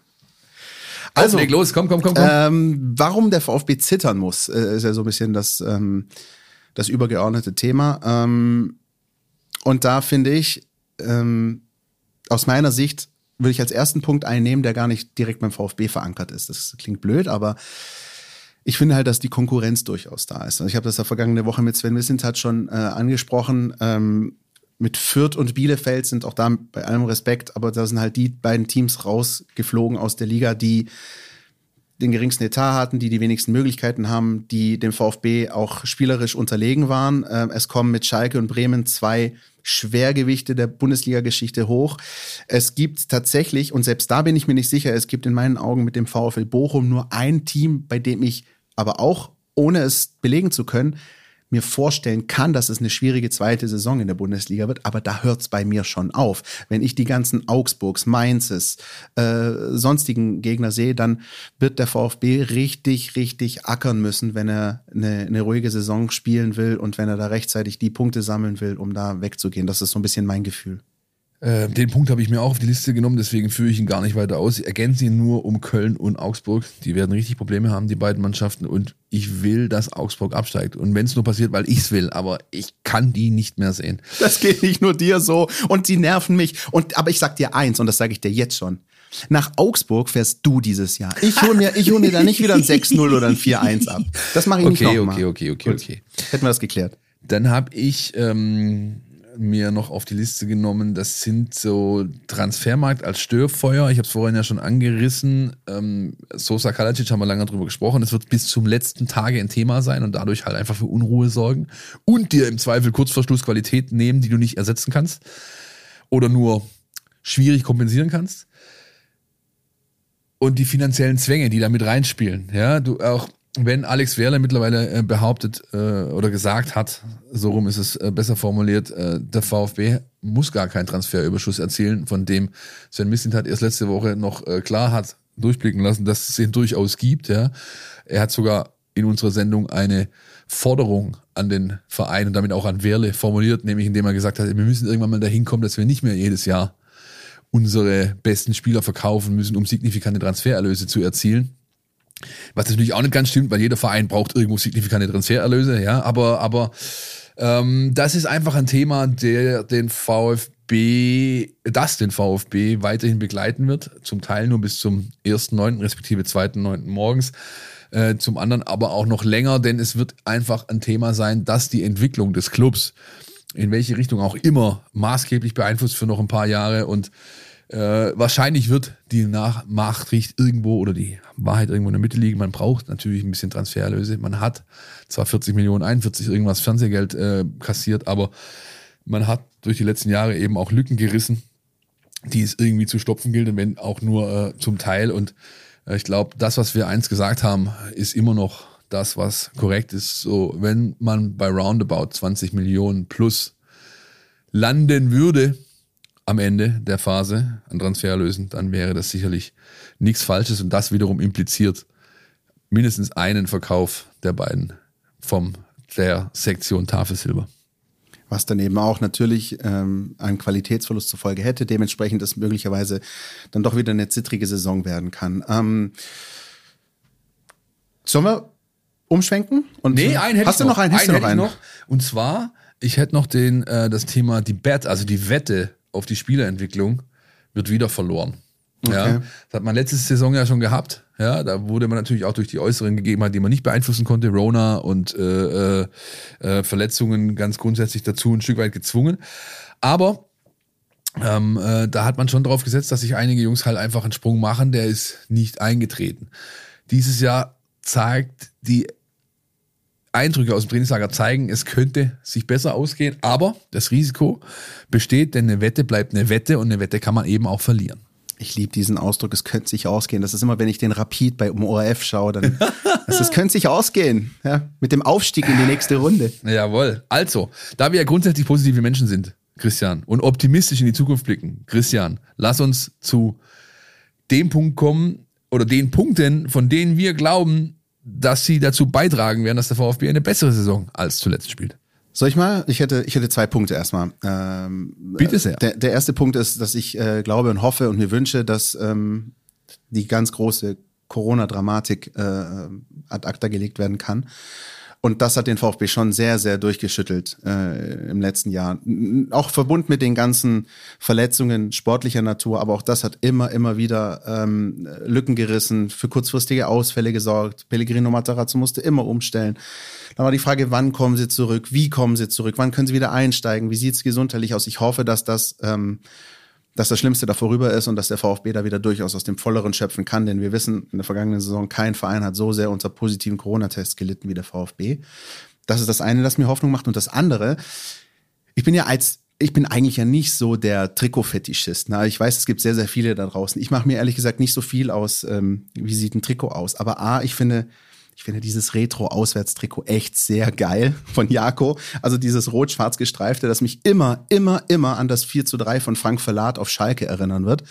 Also, leg los, komm, komm, komm, komm. Ähm, warum der VfB zittern muss, äh, ist ja so ein bisschen das, ähm, das übergeordnete Thema. Ähm, und da finde ich, ähm, aus meiner Sicht, würde ich als ersten Punkt einnehmen, der gar nicht direkt beim VfB verankert ist. Das klingt blöd, aber ich finde halt, dass die Konkurrenz durchaus da ist. Also ich habe das ja vergangene Woche mit Sven Mislintat schon äh, angesprochen. Ähm, mit Fürth und Bielefeld sind auch da bei allem Respekt, aber da sind halt die beiden Teams rausgeflogen aus der Liga, die den geringsten Etat hatten, die die wenigsten Möglichkeiten haben, die dem VfB auch spielerisch unterlegen waren. Ähm, es kommen mit Schalke und Bremen zwei Schwergewichte der Bundesliga-Geschichte hoch. Es gibt tatsächlich, und selbst da bin ich mir nicht sicher, es gibt in meinen Augen mit dem VfL Bochum nur ein Team, bei dem ich aber auch, ohne es belegen zu können, mir vorstellen kann, dass es eine schwierige zweite Saison in der Bundesliga wird, aber da hört es bei mir schon auf. Wenn ich die ganzen Augsburgs, Mainzes, äh, sonstigen Gegner sehe, dann wird der VfB richtig, richtig ackern müssen, wenn er eine, eine ruhige Saison spielen will und wenn er da rechtzeitig die Punkte sammeln will, um da wegzugehen. Das ist so ein bisschen mein Gefühl. Äh, den Punkt habe ich mir auch auf die Liste genommen, deswegen führe ich ihn gar nicht weiter aus. Ich ergänze ihn nur um Köln und Augsburg. Die werden richtig Probleme haben, die beiden Mannschaften. Und ich will, dass Augsburg absteigt. Und wenn es nur passiert, weil ich es will, aber ich kann die nicht mehr sehen. Das geht nicht nur dir so. Und sie nerven mich. Und, aber ich sag dir eins, und das sage ich dir jetzt schon. Nach Augsburg fährst du dieses Jahr. Ich hole mir, ich hol mir da nicht wieder ein sechs null oder ein vier eins ab. Das mache ich Okay, nicht nochmal. okay, okay, okay, Gut. okay. Hätten wir das geklärt. Dann habe ich ähm, mir noch auf die Liste genommen, das sind so Transfermarkt als Störfeuer. Ich habe es vorhin ja schon angerissen. Ähm, Sosa Kalajdzic haben wir lange drüber gesprochen. Es wird bis zum letzten Tage ein Thema sein und dadurch halt einfach für Unruhe sorgen und dir im Zweifel Kurzverschluss Qualität nehmen, die du nicht ersetzen kannst oder nur schwierig kompensieren kannst. Und die finanziellen Zwänge, die da mit reinspielen. Ja, du auch, wenn Alex Werle mittlerweile äh, behauptet äh, oder gesagt hat, so rum ist es äh, besser formuliert, äh, der VfB muss gar keinen Transferüberschuss erzielen, von dem Sven Mislintat erst letzte Woche noch äh, klar hat durchblicken lassen, dass es ihn durchaus gibt. Ja, er hat sogar in unserer Sendung eine Forderung an den Verein und damit auch an Werle formuliert, nämlich indem er gesagt hat, wir müssen irgendwann mal dahin kommen, dass wir nicht mehr jedes Jahr unsere besten Spieler verkaufen müssen, um signifikante Transfererlöse zu erzielen. Was natürlich auch nicht ganz stimmt, weil jeder Verein braucht irgendwo signifikante Transfererlöse, ja, aber, aber ähm, das ist einfach ein Thema, der den VfB, das den VfB weiterhin begleiten wird, zum Teil nur bis zum ersten neunten respektive zweiten neunten morgens, äh, zum anderen aber auch noch länger, denn es wird einfach ein Thema sein, dass die Entwicklung des Clubs, in welche Richtung auch immer, maßgeblich beeinflusst für noch ein paar Jahre und Äh, wahrscheinlich wird die Nach- Nachricht irgendwo oder die Wahrheit irgendwo in der Mitte liegen. Man braucht natürlich ein bisschen Transfererlöse. Man hat zwar vierzig Millionen, einundvierzig irgendwas Fernsehgeld äh, kassiert, aber man hat durch die letzten Jahre eben auch Lücken gerissen, die es irgendwie zu stopfen gilt, und wenn auch nur äh, zum Teil. Und äh, ich glaube, das, was wir einst gesagt haben, ist immer noch das, was korrekt ist. So, wenn man bei roundabout zwanzig Millionen plus landen würde, am Ende der Phase an Transfererlösen, dann wäre das sicherlich nichts Falsches und das wiederum impliziert mindestens einen Verkauf der beiden vom der Sektion Tafelsilber. Was dann eben auch natürlich ähm, einen Qualitätsverlust zur Folge hätte, dementsprechend es möglicherweise dann doch wieder eine zittrige Saison werden kann. Ähm, sollen wir umschwenken? Und nee, einen hätte hast ich du noch. noch einen? Hast einen du noch hätte einen? ich noch. Und zwar, ich hätte noch den, äh, das Thema die Bet, also die Wette auf die Spielerentwicklung wird wieder verloren. Okay. Ja, das hat man letzte Saison ja schon gehabt. Ja, da wurde man natürlich auch durch die äußeren Gegebenheiten, die man nicht beeinflussen konnte, Rona und äh, äh, äh, Verletzungen ganz grundsätzlich dazu ein Stück weit gezwungen. Aber ähm, äh, da hat man schon drauf gesetzt, dass sich einige Jungs halt einfach einen Sprung machen, der ist nicht eingetreten. Dieses Jahr zeigt die Eindrücke aus dem Trainingslager zeigen, es könnte sich besser ausgehen, aber das Risiko besteht, denn eine Wette bleibt eine Wette und eine Wette kann man eben auch verlieren. Ich liebe diesen Ausdruck, es könnte sich ausgehen. Das ist immer, wenn ich den Rapid bei O R F schaue, dann das, das könnte sich ausgehen, ja, mit dem Aufstieg in die nächste Runde. Jawohl. Also, da wir ja grundsätzlich positive Menschen sind, Christian, und optimistisch in die Zukunft blicken, Christian, lass uns zu dem Punkt kommen oder den Punkten, von denen wir glauben, dass sie dazu beitragen werden, dass der VfB eine bessere Saison als zuletzt spielt. Soll ich mal? Ich hätte, ich hätte zwei Punkte erstmal. Ähm, Bitte sehr. Der, der erste Punkt ist, dass ich äh, glaube und hoffe und mir wünsche, dass ähm, die ganz große Corona-Dramatik äh, ad acta gelegt werden kann. Und das hat den VfB schon sehr, sehr durchgeschüttelt äh, im letzten Jahr. Auch verbunden mit den ganzen Verletzungen sportlicher Natur, aber auch das hat immer, immer wieder ähm, Lücken gerissen, für kurzfristige Ausfälle gesorgt. Pellegrino Matarazzo musste immer umstellen. Dann war die Frage, wann kommen sie zurück, wie kommen sie zurück, wann können sie wieder einsteigen, wie sieht es gesundheitlich aus. Ich hoffe, dass das ähm, dass das Schlimmste da vorüber ist und dass der VfB da wieder durchaus aus dem Volleren schöpfen kann, denn wir wissen, in der vergangenen Saison, kein Verein hat so sehr unter positiven Corona-Tests gelitten wie der VfB. Das ist das eine, das mir Hoffnung macht. Und das andere, ich bin ja als, ich bin eigentlich ja nicht so der Trikot-Fetischist. Ne? Ich weiß, es gibt sehr, sehr viele da draußen. Ich mache mir ehrlich gesagt nicht so viel aus, ähm, wie sieht ein Trikot aus. Aber A, ich finde, Ich finde dieses Retro-Auswärtstrikot echt sehr geil von Jako. Also dieses rot-schwarz gestreifte, das mich immer, immer, immer an das vier zu drei von Frank Verlat auf Schalke erinnern wird.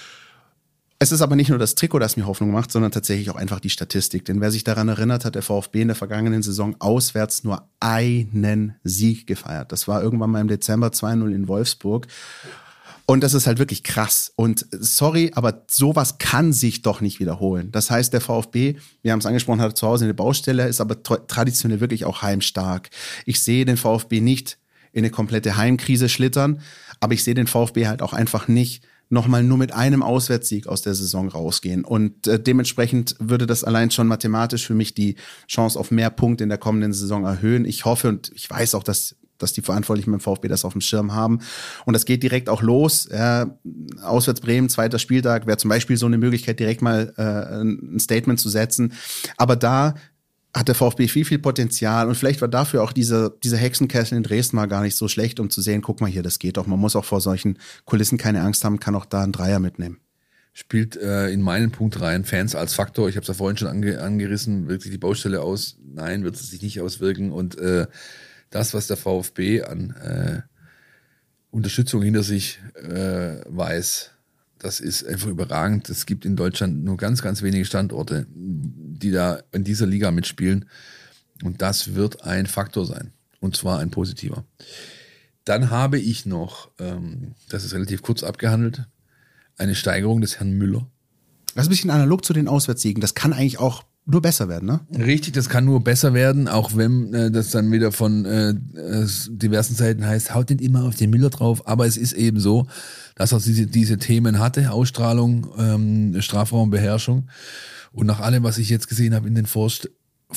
Es ist aber nicht nur das Trikot, das mir Hoffnung macht, sondern tatsächlich auch einfach die Statistik. Denn wer sich daran erinnert, hat der VfB in der vergangenen Saison auswärts nur einen Sieg gefeiert. Das war irgendwann mal im Dezember zwei null in Wolfsburg. Und das ist halt wirklich krass. Und sorry, aber sowas kann sich doch nicht wiederholen. Das heißt, der VfB, wir haben es angesprochen, hat zu Hause eine Baustelle, ist aber tra- traditionell wirklich auch heimstark. Ich sehe den VfB nicht in eine komplette Heimkrise schlittern, aber ich sehe den VfB halt auch einfach nicht nochmal nur mit einem Auswärtssieg aus der Saison rausgehen. Und äh, dementsprechend würde das allein schon mathematisch für mich die Chance auf mehr Punkte in der kommenden Saison erhöhen. Ich hoffe und ich weiß auch, dass dass die Verantwortlichen beim VfB das auf dem Schirm haben. Und das geht direkt auch los. Ja, auswärts Bremen, zweiter Spieltag, wäre zum Beispiel so eine Möglichkeit, direkt mal äh, ein Statement zu setzen. Aber da hat der VfB viel, viel Potenzial. Und vielleicht war dafür auch dieser, dieser Hexenkessel in Dresden mal gar nicht so schlecht, um zu sehen, guck mal hier, das geht doch. Man muss auch vor solchen Kulissen keine Angst haben, kann auch da einen Dreier mitnehmen. Spielt äh, in meinen Punkt rein, Fans als Faktor. Ich habe es ja vorhin schon ange- angerissen. Wirkt sich die Baustelle aus? Nein, wird es sich nicht auswirken. Und äh, das, was der VfB an äh, Unterstützung hinter sich äh, weiß, das ist einfach überragend. Es gibt in Deutschland nur ganz, ganz wenige Standorte, die da in dieser Liga mitspielen. Und das wird ein Faktor sein. Und zwar ein positiver. Dann habe ich noch, ähm, das ist relativ kurz abgehandelt, eine Steigerung des Herrn Müller. Das ist ein bisschen analog zu den Auswärtssiegen. Das kann eigentlich auch nur besser werden, ne? Richtig, das kann nur besser werden, auch wenn äh, das dann wieder von äh, diversen Seiten heißt, haut nicht immer auf den Müller drauf, aber es ist eben so, dass er diese, diese Themen hatte, Ausstrahlung, ähm, Strafraumbeherrschung und nach allem, was ich jetzt gesehen habe in den Vorst-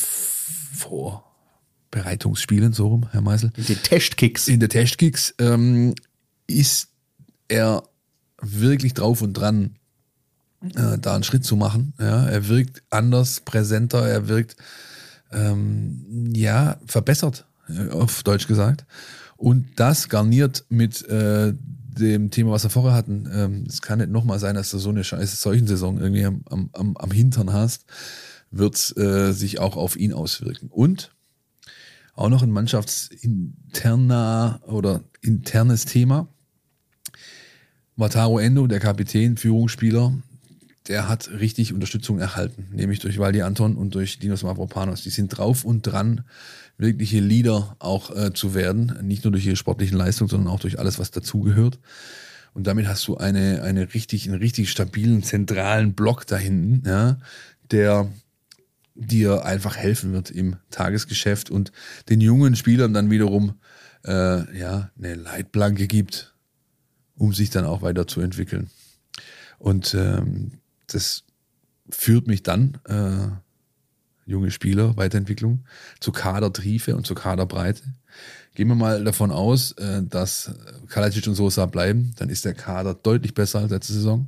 Vorbereitungsspielen, so rum, Herr Meisel. In den Testkicks. In den Testkicks ähm, ist er wirklich drauf und dran, Äh, da einen Schritt zu machen. Ja, er wirkt anders, präsenter, er wirkt ähm, ja verbessert, auf Deutsch gesagt. Und das garniert mit äh, dem Thema, was wir vorher hatten. Ähm, es kann nicht nochmal sein, dass du so eine scheiße Seuchensaison irgendwie am, am, am Hintern hast, wird äh, sich auch auf ihn auswirken. Und auch noch ein mannschaftsinterner oder internes Thema. Wataru Endo, der Kapitän, Führungsspieler, der hat richtig Unterstützung erhalten, nämlich durch Valdi Anton und durch Dinos Mavropanos. Die sind drauf und dran, wirkliche Leader auch äh, zu werden, nicht nur durch ihre sportlichen Leistungen, sondern auch durch alles, was dazugehört. Und damit hast du eine, eine richtig, einen richtig stabilen, zentralen Block da hinten, ja, der dir einfach helfen wird im Tagesgeschäft und den jungen Spielern dann wiederum äh, ja, eine Leitplanke gibt, um sich dann auch weiterzuentwickeln. Und ähm, das führt mich dann, äh, junge Spieler, Weiterentwicklung, zu Kadertiefe und zur Kaderbreite. Gehen wir mal davon aus, äh, dass Kalajdzic und Sosa bleiben, dann ist der Kader deutlich besser als letzte Saison.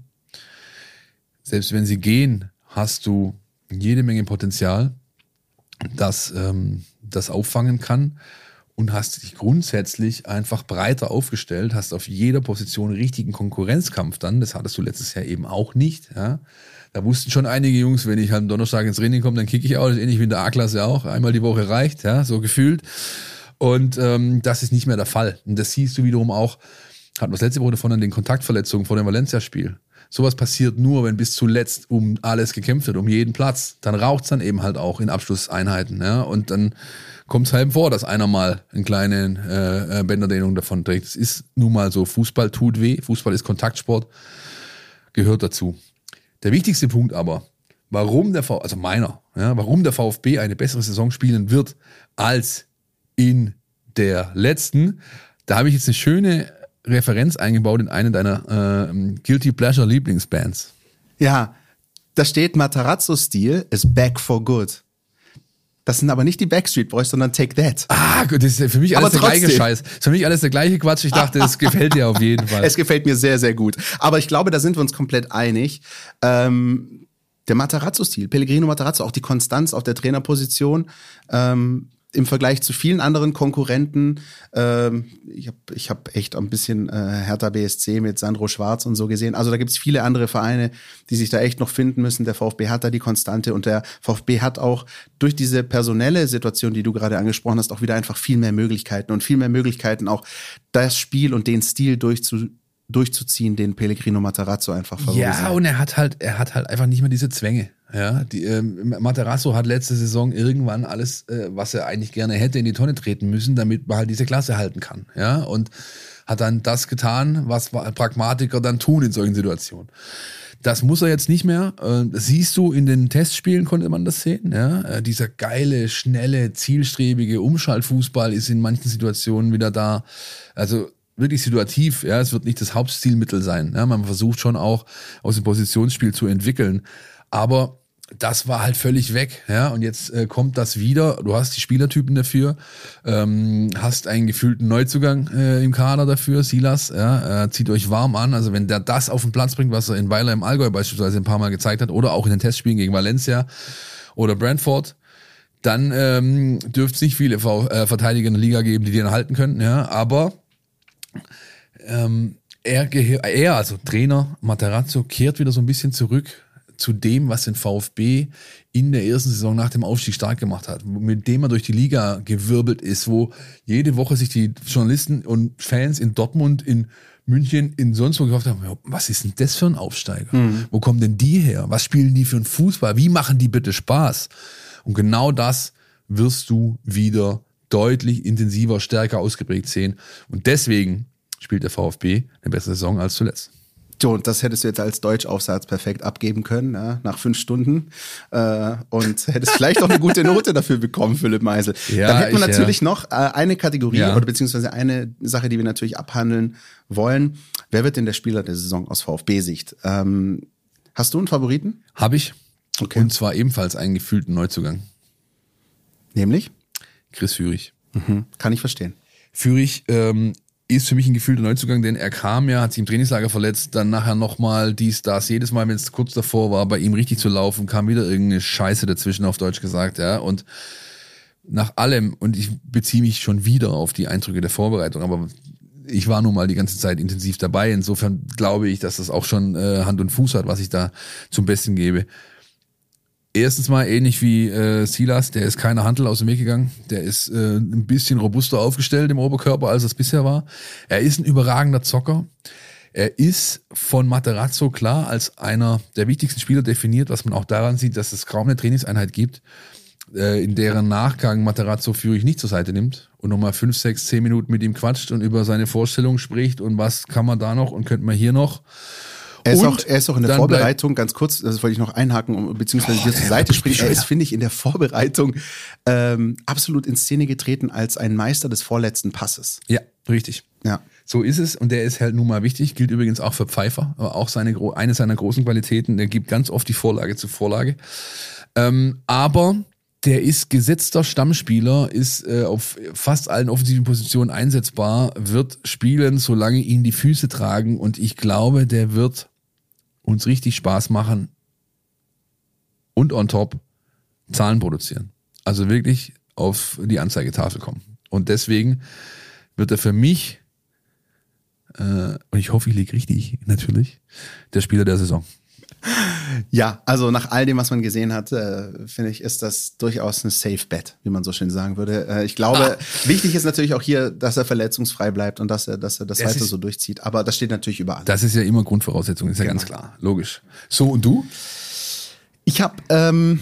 Selbst wenn sie gehen, hast du jede Menge Potenzial, das ähm, das auffangen kann und hast dich grundsätzlich einfach breiter aufgestellt, hast auf jeder Position richtigen Konkurrenzkampf dann, das hattest du letztes Jahr eben auch nicht, ja. Da wussten schon einige Jungs, wenn ich halt am Donnerstag ins Training komme, dann kicke ich auch, das ist ähnlich wie in der A-Klasse auch, einmal die Woche reicht, ja, so gefühlt. Und ähm, das ist nicht mehr der Fall. Und das siehst du wiederum auch, hatten wir das letzte Woche davon an den Kontaktverletzungen vor dem Valencia-Spiel. Sowas passiert nur, wenn bis zuletzt um alles gekämpft wird, um jeden Platz. Dann raucht's dann eben halt auch in Abschlusseinheiten. Ja? Und dann kommt es halt vor, dass einer mal eine kleine äh, Bänderdehnung davon trägt. Es ist nun mal so, Fußball tut weh, Fußball ist Kontaktsport, gehört dazu. Der wichtigste Punkt aber, warum der VfB, also meiner, ja, warum der VfB eine bessere Saison spielen wird als in der letzten, da habe ich jetzt eine schöne Referenz eingebaut in eine deiner äh, Guilty Pleasure Lieblingsbands. Ja, da steht Matarazzo-Stil is back for good. Das sind aber nicht die Backstreet Boys, sondern Take That. Ah, gut, das ist für mich alles aber der trotzdem. gleiche Scheiß. Das ist für mich alles der gleiche Quatsch. Ich dachte, das gefällt dir auf jeden Fall. Es gefällt mir sehr, sehr gut. Aber ich glaube, da sind wir uns komplett einig. Ähm, der Matarazzo-Stil, Pellegrino Matarazzo, auch die Konstanz auf der Trainerposition, ähm, im Vergleich zu vielen anderen Konkurrenten, ähm, ich habe ich hab echt ein bisschen äh, Hertha B S C mit Sandro Schwarz und so gesehen. Also da gibt's viele andere Vereine, die sich da echt noch finden müssen. Der VfB hat da die Konstante und der VfB hat auch durch diese personelle Situation, die du gerade angesprochen hast, auch wieder einfach viel mehr Möglichkeiten und viel mehr Möglichkeiten, auch das Spiel und den Stil durchzu durchzuziehen, den Pellegrino Matarazzo einfach favorisiert. Ja, und er hat halt, er hat halt einfach nicht mehr diese Zwänge. Ja, die, ähm, Matarazzo hat letzte Saison irgendwann alles, äh, was er eigentlich gerne hätte, in die Tonne treten müssen, damit man halt diese Klasse halten kann. Ja, und hat dann das getan, was Pragmatiker dann tun in solchen Situationen. Das muss er jetzt nicht mehr. Äh, das siehst du, in den Testspielen konnte man das sehen. Ja, äh, dieser geile, schnelle, zielstrebige Umschaltfußball ist in manchen Situationen wieder da. Also wirklich situativ, ja, es wird nicht das Hauptstilmittel sein. Ja, man versucht schon auch aus dem Positionsspiel zu entwickeln, aber das war halt völlig weg, ja, und jetzt äh, kommt das wieder, du hast die Spielertypen dafür, ähm, hast einen gefühlten Neuzugang äh, im Kader dafür, Silas, ja, äh, zieht euch warm an, also wenn der das auf den Platz bringt, was er in Weiler im Allgäu beispielsweise ein paar Mal gezeigt hat, oder auch in den Testspielen gegen Valencia oder Brentford, dann ähm, dürfte es nicht viele v- äh, Verteidiger in der Liga geben, die den halten könnten, ja, aber ähm, er, gehe- er, also Trainer Matarazzo, kehrt wieder so ein bisschen zurück zu dem, was den VfB in der ersten Saison nach dem Aufstieg stark gemacht hat, mit dem er durch die Liga gewirbelt ist, wo jede Woche sich die Journalisten und Fans in Dortmund, in München, in sonst wo gefragt haben, was ist denn das für ein Aufsteiger? Mhm. Wo kommen denn die her? Was spielen die für einen Fußball? Wie machen die bitte Spaß? Und genau das wirst du wieder deutlich intensiver, stärker ausgeprägt sehen. Und deswegen spielt der VfB eine bessere Saison als zuletzt. So, und das hättest du jetzt als Deutschaufsatz perfekt abgeben können, ja, nach fünf Stunden. Äh, und hättest vielleicht auch eine gute Note dafür bekommen, Philipp Meisel. Ja, Dann hätten wir ich, natürlich ja. noch äh, eine Kategorie Ja. oder beziehungsweise eine Sache, die wir natürlich abhandeln wollen. Wer wird denn der Spieler der Saison aus VfB-Sicht? Ähm, hast du einen Favoriten? Habe ich. Okay. Und zwar ebenfalls einen gefühlten Neuzugang. Nämlich? Chris Führig. Mhm. Kann ich verstehen. Führig ähm, ist für mich ein gefühlter Neuzugang, denn er kam ja, hat sich im Trainingslager verletzt, dann nachher nochmal dies, das, jedes Mal, wenn es kurz davor war, bei ihm richtig zu laufen, kam wieder irgendeine Scheiße dazwischen, auf Deutsch gesagt, ja, und nach allem, und ich beziehe mich schon wieder auf die Eindrücke der Vorbereitung, aber ich war nun mal die ganze Zeit intensiv dabei, insofern glaube ich, dass das auch schon äh, Hand und Fuß hat, was ich da zum Besten gebe. Erstens mal ähnlich wie äh, Silas, der ist keine Hantel aus dem Weg gegangen. Der ist äh, ein bisschen robuster aufgestellt im Oberkörper, als es bisher war. Er ist ein überragender Zocker. Er ist von Materazzo klar als einer der wichtigsten Spieler definiert, was man auch daran sieht, dass es kaum eine Trainingseinheit gibt, in deren Nachgang Materazzo Führig nicht zur Seite nimmt und nochmal fünf, sechs, zehn Minuten mit ihm quatscht und über seine Vorstellung spricht und was kann man da noch und könnte man hier noch. Er ist, und auch, er ist auch in der Vorbereitung, ganz kurz, das wollte ich noch einhaken, um, beziehungsweise oh, dir zur Seite springen. Er ist, finde ich, in der Vorbereitung ähm, absolut in Szene getreten als ein Meister des vorletzten Passes. Ja, richtig. Ja. So ist es und der ist halt nun mal wichtig, gilt übrigens auch für Pfeiffer, aber auch seine, eine seiner großen Qualitäten, der gibt ganz oft die Vorlage zu Vorlage. Ähm, aber der ist gesetzter Stammspieler, ist äh, auf fast allen offensiven Positionen einsetzbar, wird spielen, solange ihn die Füße tragen und ich glaube, der wird uns richtig Spaß machen und on top Zahlen produzieren. Also wirklich auf die Anzeigetafel kommen. Und deswegen wird er für mich, äh, und ich hoffe, ich liege richtig, natürlich, der Spieler der Saison. Ja, also nach all dem, was man gesehen hat, äh, finde ich, ist das durchaus eine Safe Bet, wie man so schön sagen würde. Äh, ich glaube, ah. wichtig ist natürlich auch hier, dass er verletzungsfrei bleibt und dass er, dass er das, das weiter ist, so durchzieht. Aber das steht natürlich überall. Das ist ja immer Grundvoraussetzung, ist ja genau. Ganz klar, logisch. So, und du? Ich habe ähm,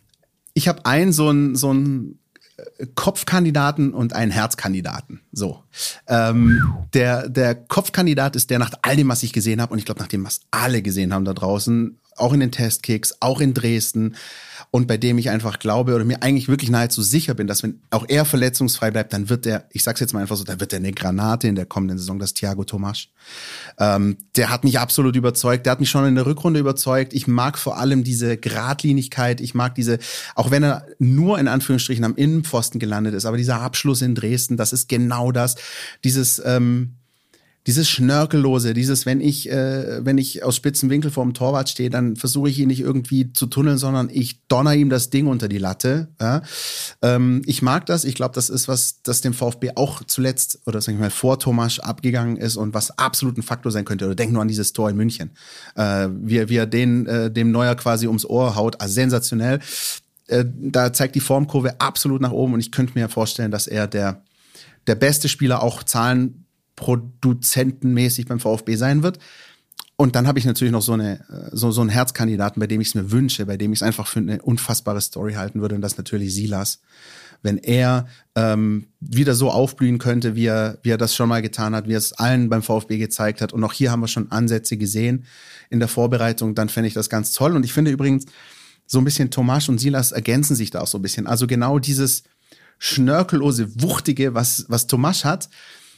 ich habe einen so ein so ein Kopfkandidaten und einen Herzkandidaten. So. Ähm, der, der Kopfkandidat ist der nach all dem, was ich gesehen habe, und ich glaube, nach dem, was alle gesehen haben da draußen, auch in den Testkicks, auch in Dresden, und bei dem ich einfach glaube oder mir eigentlich wirklich nahezu sicher bin, dass wenn auch er verletzungsfrei bleibt, dann wird der, ich sag's jetzt mal einfach so, dann wird der eine Granate in der kommenden Saison, das Thiago Tomasch. Ähm, der hat mich absolut überzeugt, der hat mich schon in der Rückrunde überzeugt. Ich mag vor allem diese Geradlinigkeit, ich mag diese, auch wenn er nur in Anführungsstrichen am Innenpfosten gelandet ist, aber dieser Abschluss in Dresden, das ist genau das, dieses, ähm, Dieses Schnörkellose, dieses, wenn ich, äh, wenn ich aus spitzen Winkel vor dem Torwart stehe, dann versuche ich ihn nicht irgendwie zu tunneln, sondern ich donner ihm das Ding unter die Latte. Ja? Ähm, ich mag das. Ich glaube, das ist was, das dem VfB auch zuletzt oder sag ich mal vor Tomasch abgegangen ist und was absolut ein Faktor sein könnte. Oder denk nur an dieses Tor in München, äh, wie, er, wie er den äh, dem Neuer quasi ums Ohr haut. Also sensationell. Äh, da zeigt die Formkurve absolut nach oben und ich könnte mir vorstellen, dass er der der beste Spieler auch Zahlen produzentenmäßig beim VfB sein wird. Und dann habe ich natürlich noch so eine so so einen Herzkandidaten, bei dem ich es mir wünsche, bei dem ich es einfach für eine unfassbare Story halten würde, und das ist natürlich Silas. Wenn er ähm, wieder so aufblühen könnte, wie er wie er das schon mal getan hat, wie er es allen beim VfB gezeigt hat, und auch hier haben wir schon Ansätze gesehen in der Vorbereitung, dann fände ich das ganz toll. Und ich finde übrigens, so ein bisschen Tomasch und Silas ergänzen sich da auch so ein bisschen. Also genau dieses schnörkellose, wuchtige, was was Tomasch hat,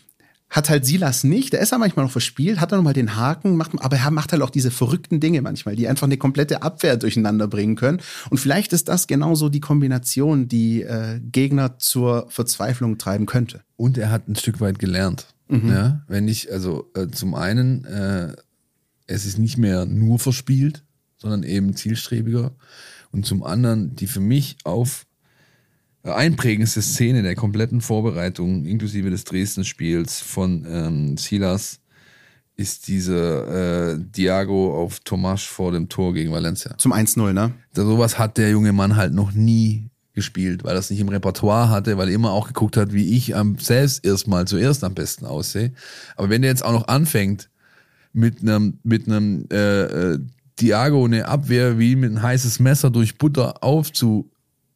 hat halt Silas nicht. Der ist ja manchmal noch verspielt, hat dann nochmal den Haken, macht, aber er macht halt auch diese verrückten Dinge manchmal, die einfach eine komplette Abwehr durcheinander bringen können. Und vielleicht ist das genauso die Kombination, die äh, Gegner zur Verzweiflung treiben könnte. Und er hat ein Stück weit gelernt. Mhm. Ja, wenn ich, also äh, zum einen, äh, es ist nicht mehr nur verspielt, sondern eben zielstrebiger. Und zum anderen, die für mich auf einprägendste Szene der kompletten Vorbereitung, inklusive des Dresden-Spiels von ähm, Silas, ist diese äh, Thiago auf Tomasch vor dem Tor gegen Valencia. Zum eins null, ne? Da, sowas hat der junge Mann halt noch nie gespielt, weil er es nicht im Repertoire hatte, weil er immer auch geguckt hat, wie ich am selbst erstmal zuerst am besten aussehe. Aber wenn der jetzt auch noch anfängt, mit einem mit einem äh, äh, Thiago eine Abwehr wie mit ein heißes Messer durch Butter aufzu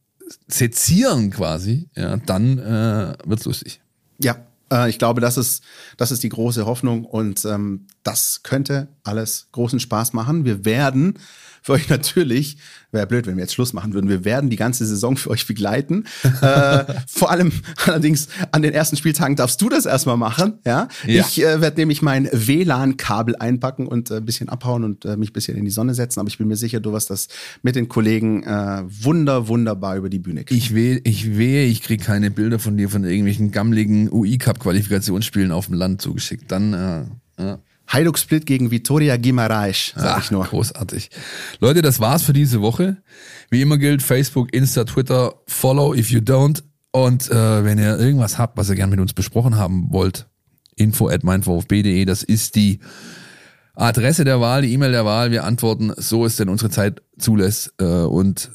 sezieren quasi, ja, dann äh, wird's lustig. Ja, äh, ich glaube, das ist, das ist die große Hoffnung, und ähm, das könnte alles großen Spaß machen. Wir werden für euch natürlich, wäre blöd, wenn wir jetzt Schluss machen würden, wir werden die ganze Saison für euch begleiten. äh, vor allem allerdings an den ersten Spieltagen darfst du das erstmal machen. Ja, ja. Ich äh, werde nämlich mein W L A N-Kabel einpacken und ein äh, bisschen abhauen und äh, mich ein bisschen in die Sonne setzen. Aber ich bin mir sicher, du wirst das mit den Kollegen äh, wunder, wunderbar über die Bühne kriegen. Ich wehe, ich, wehe, ich kriege keine Bilder von dir von irgendwelchen gammeligen U I-Cup-Qualifikationsspielen auf dem Land zugeschickt. Dann, äh, ja. Hajduk Split gegen Vitória Guimarães, sag Ach, ich nur. Großartig. Leute, das war's für diese Woche. Wie immer gilt, Facebook, Insta, Twitter, follow if you don't. Und äh, wenn ihr irgendwas habt, was ihr gerne mit uns besprochen haben wollt, info at meinvfb punkt de, das ist die Adresse der Wahl, die E-Mail der Wahl. Wir antworten, so es denn unsere Zeit zulässt. Äh, und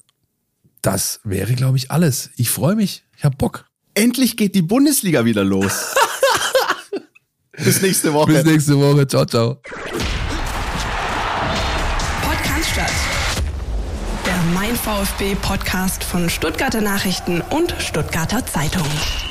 das wäre, glaube ich, alles. Ich freue mich. Ich hab Bock. Endlich geht die Bundesliga wieder los. Bis nächste Woche. Bis nächste Woche. Ciao, ciao. Podcast, der Mein VfB Podcast von Stuttgarter Nachrichten und Stuttgarter Zeitung.